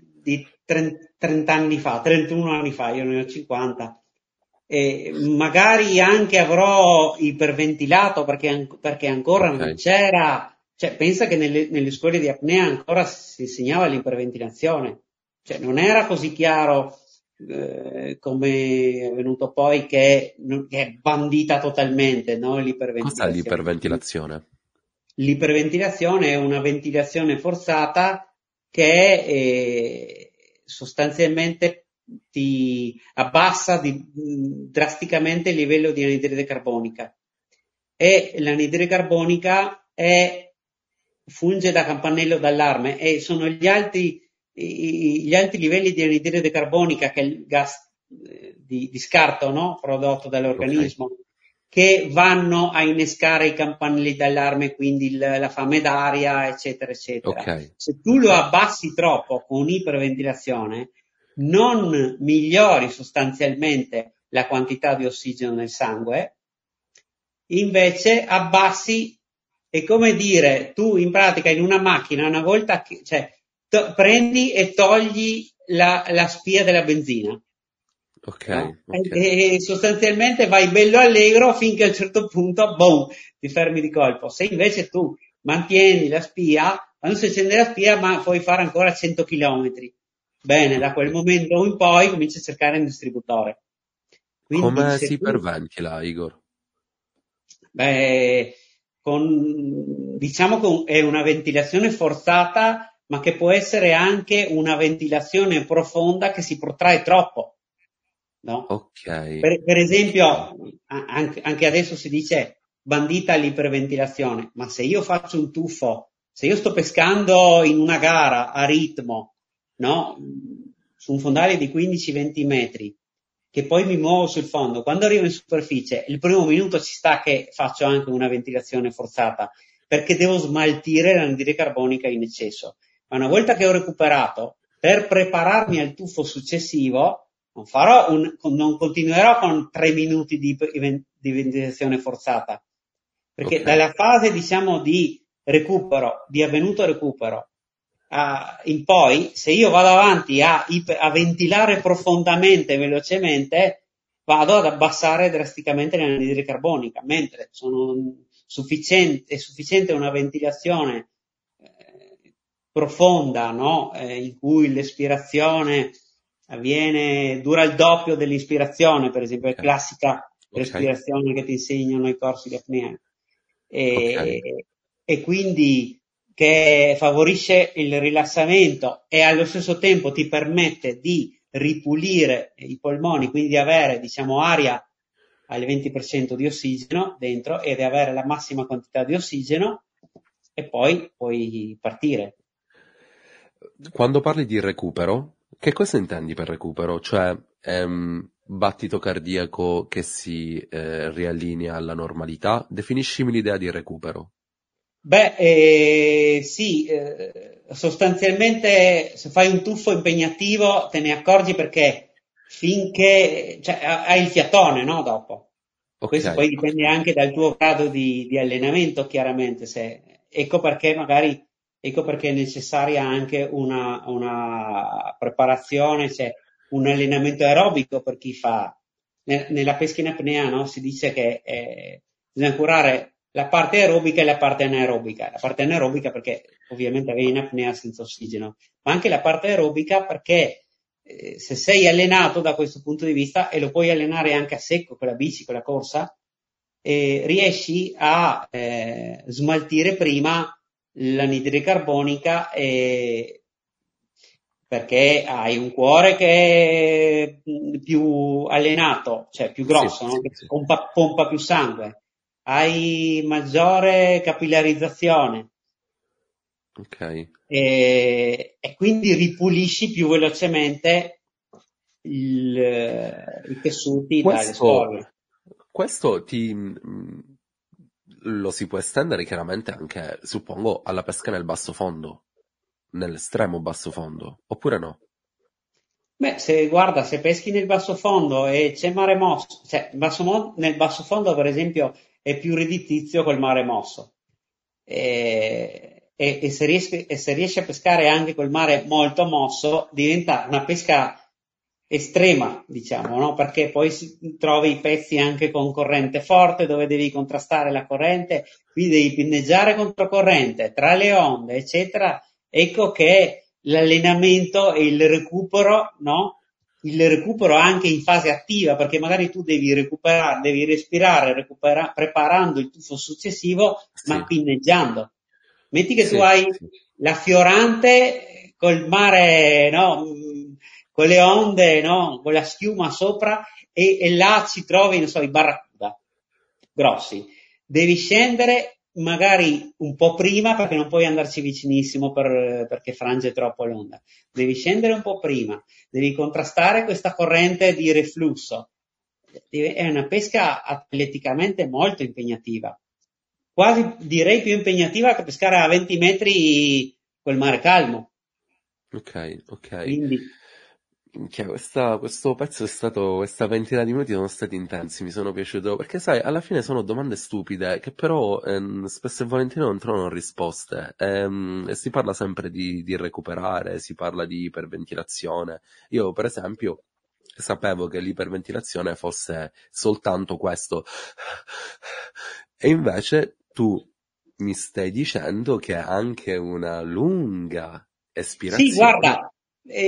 S3: 30 anni fa, 31 anni fa, io ne ho 50. E magari anche avrò iperventilato perché ancora okay. Non c'era, cioè pensa che nelle scuole di apnea ancora si insegnava l'iperventilazione, cioè non era così chiaro come è venuto poi che è bandita totalmente, no?
S2: Cos'è l'iperventilazione?
S3: L'iperventilazione è una ventilazione forzata che sostanzialmente ti abbassa drasticamente il livello di anidride carbonica, e l'anidride carbonica funge da campanello d'allarme, e sono gli alti livelli di anidride carbonica, che è il gas di scarto, no? Prodotto dall'organismo,
S2: Ok.
S3: che vanno a innescare i campanelli d'allarme, quindi la fame d'aria, eccetera, eccetera.
S2: Ok.
S3: Se tu lo abbassi troppo con iperventilazione, non migliori sostanzialmente la quantità di ossigeno nel sangue, invece abbassi, è come dire, tu in pratica in una macchina, una volta che, cioè, prendi e togli la spia della benzina,
S2: Ok.
S3: no?
S2: Ok.
S3: E sostanzialmente vai bello allegro finché a un certo punto, boom, ti fermi di colpo. Se invece tu mantieni la spia, quando si accende la spia, ma puoi fare ancora 100 km. Bene, da quel
S2: Ok.
S3: momento in poi cominci a cercare un distributore. Quindi
S2: Come
S3: se
S2: si
S3: tu,
S2: iperventila, Igor?
S3: beh, diciamo che è una ventilazione forzata, ma che può essere anche una ventilazione profonda che si protrae troppo, no?
S2: Ok.
S3: Per esempio,
S2: Ok.
S3: anche adesso si dice bandita l'iperventilazione, ma se io faccio un tuffo, se io sto pescando in una gara a ritmo, no? Su un fondale di 15-20 metri, che poi mi muovo sul fondo, quando arrivo in superficie, il primo minuto ci sta che faccio anche una ventilazione forzata, perché devo smaltire l'anidride carbonica in eccesso. Ma una volta che ho recuperato, per prepararmi al tuffo successivo, non continuerò con 3 minuti di ventilazione forzata, perché
S2: Ok.
S3: dalla fase, diciamo, di recupero, di avvenuto recupero, in poi, se io vado avanti a ventilare profondamente e velocemente, vado ad abbassare drasticamente l'anidride carbonica, mentre è sufficiente una ventilazione profonda, no? In cui l'espirazione dura il doppio dell'ispirazione, per esempio, è
S2: Ok.
S3: classica
S2: Ok.
S3: respirazione che ti insegnano i corsi di apnea.
S2: Ok.
S3: E quindi che favorisce il rilassamento e allo stesso tempo ti permette di ripulire i polmoni, quindi di avere, diciamo, aria al 20% di ossigeno dentro e di avere la massima quantità di ossigeno e poi puoi partire.
S2: Quando parli di recupero, che cosa intendi per recupero? Cioè, battito cardiaco che si riallinea alla normalità? Definiscimi l'idea di recupero.
S3: Beh, sì, sostanzialmente se fai un tuffo impegnativo te ne accorgi perché finché, cioè, hai il fiatone, no? Dopo.
S2: Ok,
S3: Questo poi
S2: ok,
S3: dipende anche dal tuo grado di allenamento, chiaramente. Ecco perché ecco perché è necessaria anche una preparazione, cioè un allenamento aerobico per chi fa. Nella pesca in apnea, no? Si dice che bisogna curare la parte aerobica e la parte anaerobica. La parte anaerobica perché ovviamente vai in apnea senza ossigeno, ma anche la parte aerobica perché se sei allenato da questo punto di vista e lo puoi allenare anche a secco con la bici, con la corsa, riesci a smaltire prima l'anidride carbonica perché hai un cuore che è più allenato, cioè più
S2: sì,
S3: grosso, no?
S2: sì,
S3: Che
S2: sì,
S3: pompa più sangue, hai maggiore capillarizzazione
S2: ok.
S3: e quindi ripulisci più velocemente i tessuti dalle
S2: Questo,
S3: scorie.
S2: questo lo si può estendere chiaramente anche, suppongo, alla pesca nel basso fondo, nell'estremo basso fondo, oppure no?
S3: Beh, se peschi nel basso fondo e c'è mare mosso, cioè nel basso fondo per esempio è più redditizio col mare mosso. E se riesci a pescare anche col mare molto mosso, diventa una pesca estrema, diciamo, no? Perché poi trovi i pezzi anche con corrente forte dove devi contrastare la corrente, qui devi pinneggiare controcorrente tra le onde, eccetera. Ecco che l'allenamento e il recupero, no? Il recupero anche in fase attiva, perché magari tu devi recuperare, devi respirare, preparando il tuffo successivo,
S2: Sì,
S3: ma pinneggiando. Metti che tu
S2: sì,
S3: hai
S2: sì,
S3: la fiorante col mare, no? Con le onde, no? Con la schiuma sopra e là ci trovi, non so, i barracuda grossi. Devi scendere magari un po' prima, perché non puoi andarci vicinissimo perché frange troppo l'onda. Devi scendere un po' prima, devi contrastare questa corrente di reflusso. È una pesca atleticamente molto impegnativa, quasi direi più impegnativa che pescare a 20 metri quel mare calmo.
S2: Ok, ok.
S3: Quindi
S2: Questo pezzo è stato, questa ventina di minuti sono stati intensi, mi sono piaciuto, perché sai, alla fine sono domande stupide che però spesso e volentieri non trovano risposte. E si parla sempre di recuperare, si parla di iperventilazione. Io, per esempio, sapevo che l'iperventilazione fosse soltanto questo. E invece tu mi stai dicendo che anche una lunga
S3: sì,
S2: espirazione.
S3: guarda,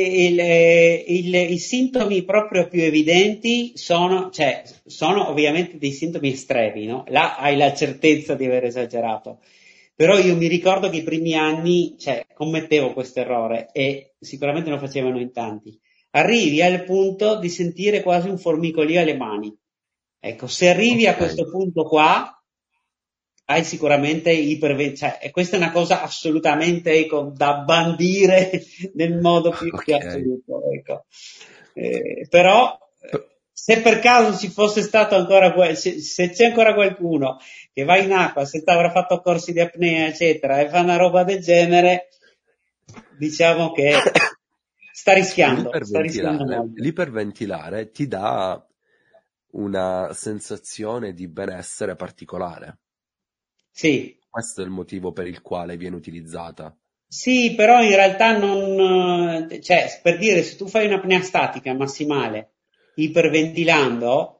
S3: i sintomi proprio più evidenti sono ovviamente dei sintomi estremi, no? Là hai la certezza di aver esagerato. Però io mi ricordo che i primi anni, commettevo questo errore e sicuramente lo facevano in tanti. Arrivi al punto di sentire quasi un formicolio alle mani. Ecco, se arrivi a
S2: Ok,
S3: questo punto qua, hai sicuramente e questa è una cosa assolutamente, ecco, da bandire nel modo più
S2: ok.
S3: assoluto, ecco. Però, se per caso ci fosse stato ancora, se c'è ancora qualcuno che va in acqua senza aver fatto corsi di apnea, eccetera, e fa una roba del genere, diciamo che sta rischiando molto.
S2: L'iperventilare ti dà una sensazione di benessere particolare.
S3: Sì,
S2: Questo è il motivo per il quale viene utilizzata.
S3: sì, però in realtà non, per dire, se tu fai un'apnea statica massimale iperventilando,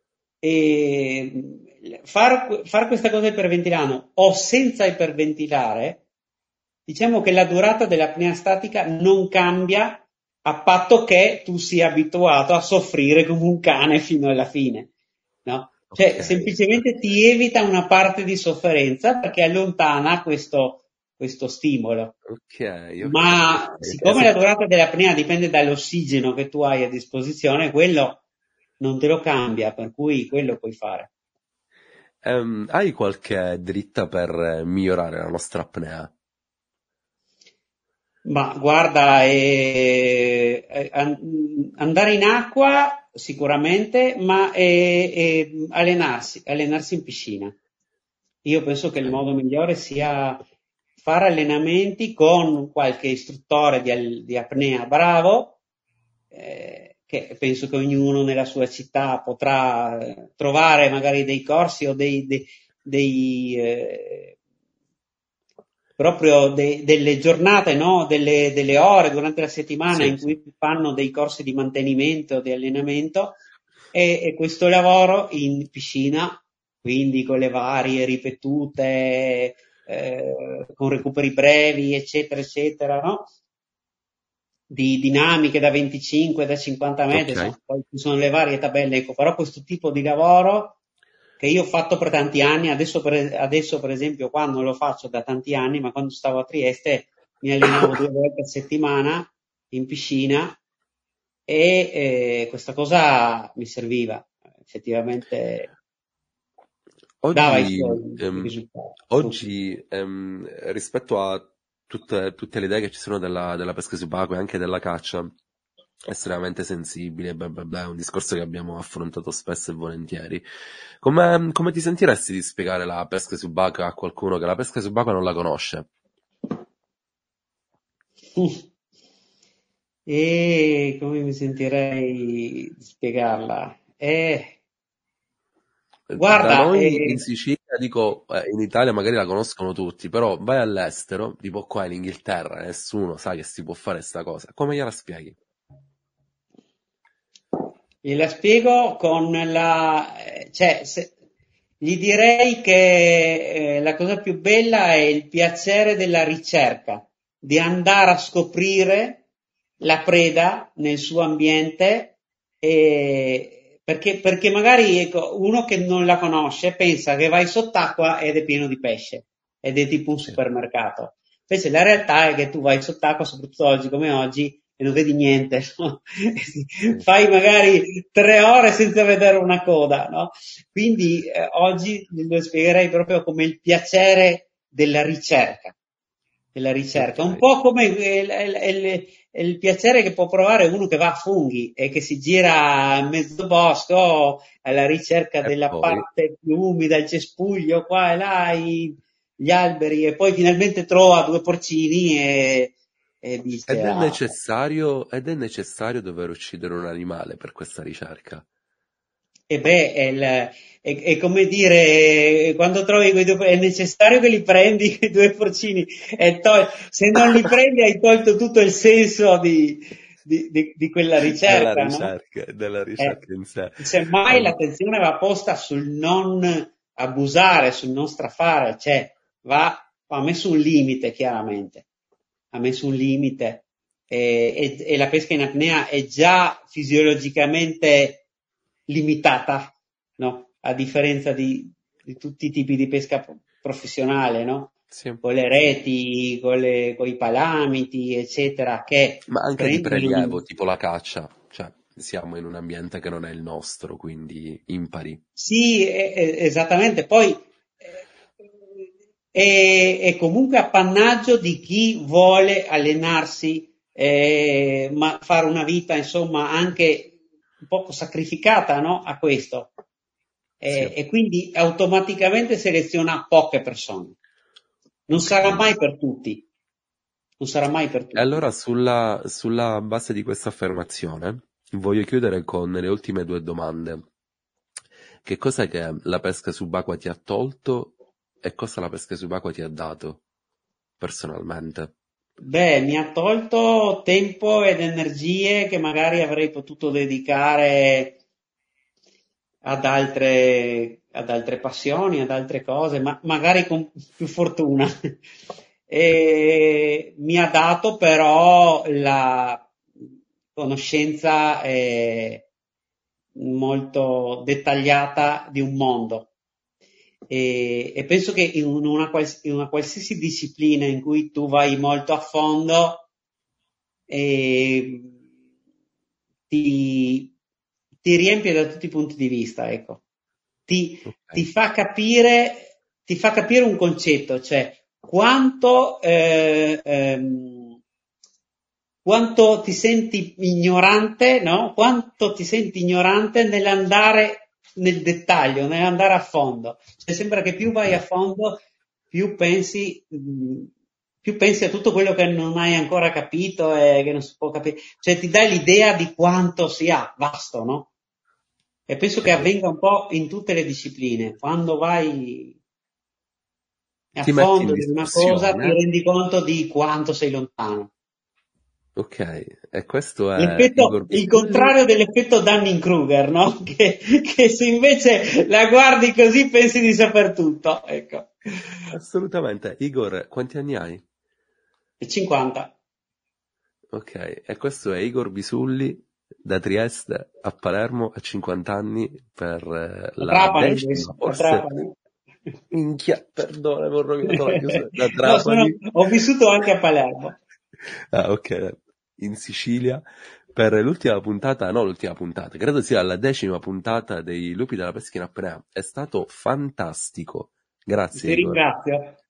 S3: far questa cosa iperventilando o senza iperventilare, diciamo che la durata dell'apnea statica non cambia a patto che tu sia abituato a soffrire come un cane fino alla fine, no?
S2: Ok,
S3: Cioè, semplicemente ti evita una parte di sofferenza perché allontana questo stimolo.
S2: ok, ok,
S3: Ma
S2: ok.
S3: siccome la durata dell'apnea dipende dall'ossigeno che tu hai a disposizione, quello non te lo cambia, per cui quello puoi fare.
S2: Hai qualche dritta per migliorare la nostra apnea?
S3: Ma guarda, andare in acqua sicuramente, ma allenarsi in piscina. Io penso che il
S2: Ok,
S3: modo migliore sia fare allenamenti con qualche istruttore di apnea bravo, che penso che ognuno nella sua città potrà trovare magari dei corsi o dei proprio delle giornate, no? Delle ore durante la settimana
S2: sì,
S3: in
S2: sì.
S3: cui fanno dei corsi di mantenimento, di allenamento e questo lavoro in piscina, quindi con le varie ripetute, con recuperi brevi, eccetera, eccetera, no? Di dinamiche da 25, da 50 metri,
S2: Ok.
S3: insomma, poi ci sono le varie tabelle, ecco, però questo tipo di lavoro che io ho fatto per tanti anni, adesso per esempio qua non lo faccio da tanti anni, ma quando stavo a Trieste mi allenavo 2 volte a settimana in piscina e questa cosa mi serviva, effettivamente dava
S2: Oggi,
S3: i risultati.
S2: rispetto a tutte le idee che ci sono della pesca subacquea e anche della caccia, estremamente sensibile, bla bla bla, è un discorso che abbiamo affrontato spesso e volentieri. Come ti sentiresti di spiegare la pesca subacquea a qualcuno che la pesca subacquea non la conosce?
S3: E come mi sentirei di spiegarla?
S2: Da
S3: Guarda,
S2: noi in Sicilia, dico, in Italia magari la conoscono tutti, però vai all'estero, tipo qua in Inghilterra, nessuno sa che si può fare sta cosa. Come gliela spieghi?
S3: gliela spiego con gli direi che la cosa più bella è il piacere della ricerca, di andare a scoprire la preda nel suo ambiente, perché magari ecco, uno che non la conosce pensa che vai sott'acqua ed è pieno di pesce ed è tipo un
S2: Sì.
S3: supermercato. Invece la realtà è che tu vai sott'acqua, soprattutto oggi come oggi, e non vedi niente, no? Fai magari 3 ore senza vedere una coda, no? Quindi oggi lo spiegherei proprio come il piacere della ricerca, un
S2: Ok.
S3: po' come il piacere che può provare uno che va a funghi e che si gira a mezzo bosco alla ricerca
S2: E
S3: della
S2: poi,
S3: parte più umida, il cespuglio qua e là, gli alberi, e poi finalmente trova due porcini e dice, ah,
S2: ed è necessario dover uccidere un animale per questa ricerca.
S3: e beh, è come dire, quando trovi quei due, è necessario che li prendi quei due porcini, se non li prendi hai tolto tutto il senso di quella ricerca, no?
S2: Della ricerca in sé.
S3: Semmai
S2: Ehm,
S3: l'attenzione va posta sul non abusare, sul non strafare, cioè va messo un limite, chiaramente, ha messo un limite, e la pesca in apnea è già fisiologicamente limitata, no? A differenza di tutti i tipi di pesca professionale, no?
S2: sì.
S3: Con le reti, con i palamiti, eccetera, che
S2: Ma anche di
S3: prendono.
S2: prelievo, tipo la caccia. Cioè, siamo in un ambiente che non è il nostro, quindi impari.
S3: Sì, esattamente. Poi è comunque appannaggio di chi vuole allenarsi, ma fare una vita, insomma, anche un po' sacrificata, no? A questo.
S2: Sì.
S3: E quindi automaticamente seleziona poche persone. Non
S2: Ok.
S3: sarà mai per tutti. Non sarà mai per
S2: E
S3: tutti.
S2: allora sulla base di questa affermazione voglio chiudere con le ultime due domande. Che cosa che la pesca subacquea ti ha tolto e cosa la pesca subacquea ti ha dato, personalmente?
S3: Beh, mi ha tolto tempo ed energie che magari avrei potuto dedicare ad altre passioni, ad altre cose, ma magari con più fortuna. E mi ha dato però la conoscenza molto dettagliata di un mondo. E penso che in una qualsiasi disciplina in cui tu vai molto a fondo, eh, ti, ti riempie da tutti i punti di vista, ecco. Ti, ti
S2: Ok.
S3: fa ti fa capire un concetto, cioè quanto ti senti ignorante, no? Quanto ti senti ignorante nell'andare nel dettaglio, nell'andare a fondo. Cioè, sembra che più vai a
S2: Ok.
S3: fondo, più pensi a tutto quello che non hai ancora capito e che non si può capire. Cioè, ti dai l'idea di quanto sia vasto, no? E penso che
S2: Ok.
S3: avvenga un po' in tutte le discipline. Quando vai a
S2: Ti metti in
S3: fondo di una cosa, ti
S2: discussione.
S3: rendi conto di quanto sei lontano.
S2: Ok. E questo è Igor
S3: Il
S2: Bisulli.
S3: contrario dell'effetto Dunning-Kruger, no? Che se invece la guardi così pensi di saper tutto, ecco.
S2: Assolutamente. Igor, quanti anni hai?
S3: E 50.
S2: Ok, e questo è Igor Bisulli da Trieste a Palermo a 50 anni per
S3: A
S2: la
S3: Trapani invece,
S2: decima,
S3: a
S2: forse.
S3: Trapani.
S2: Minchia, perdono, avevo rovinato la chiusura. Da
S3: No,
S2: Trapani.
S3: ho vissuto anche a Palermo.
S2: Ah, ok, in Sicilia per l'ultima puntata, no, l'ultima puntata, credo sia la 10ª puntata dei Lupi della Pesca in Apnea. È stato fantastico. Grazie,
S3: Ti
S2: Igor.
S3: ringrazio.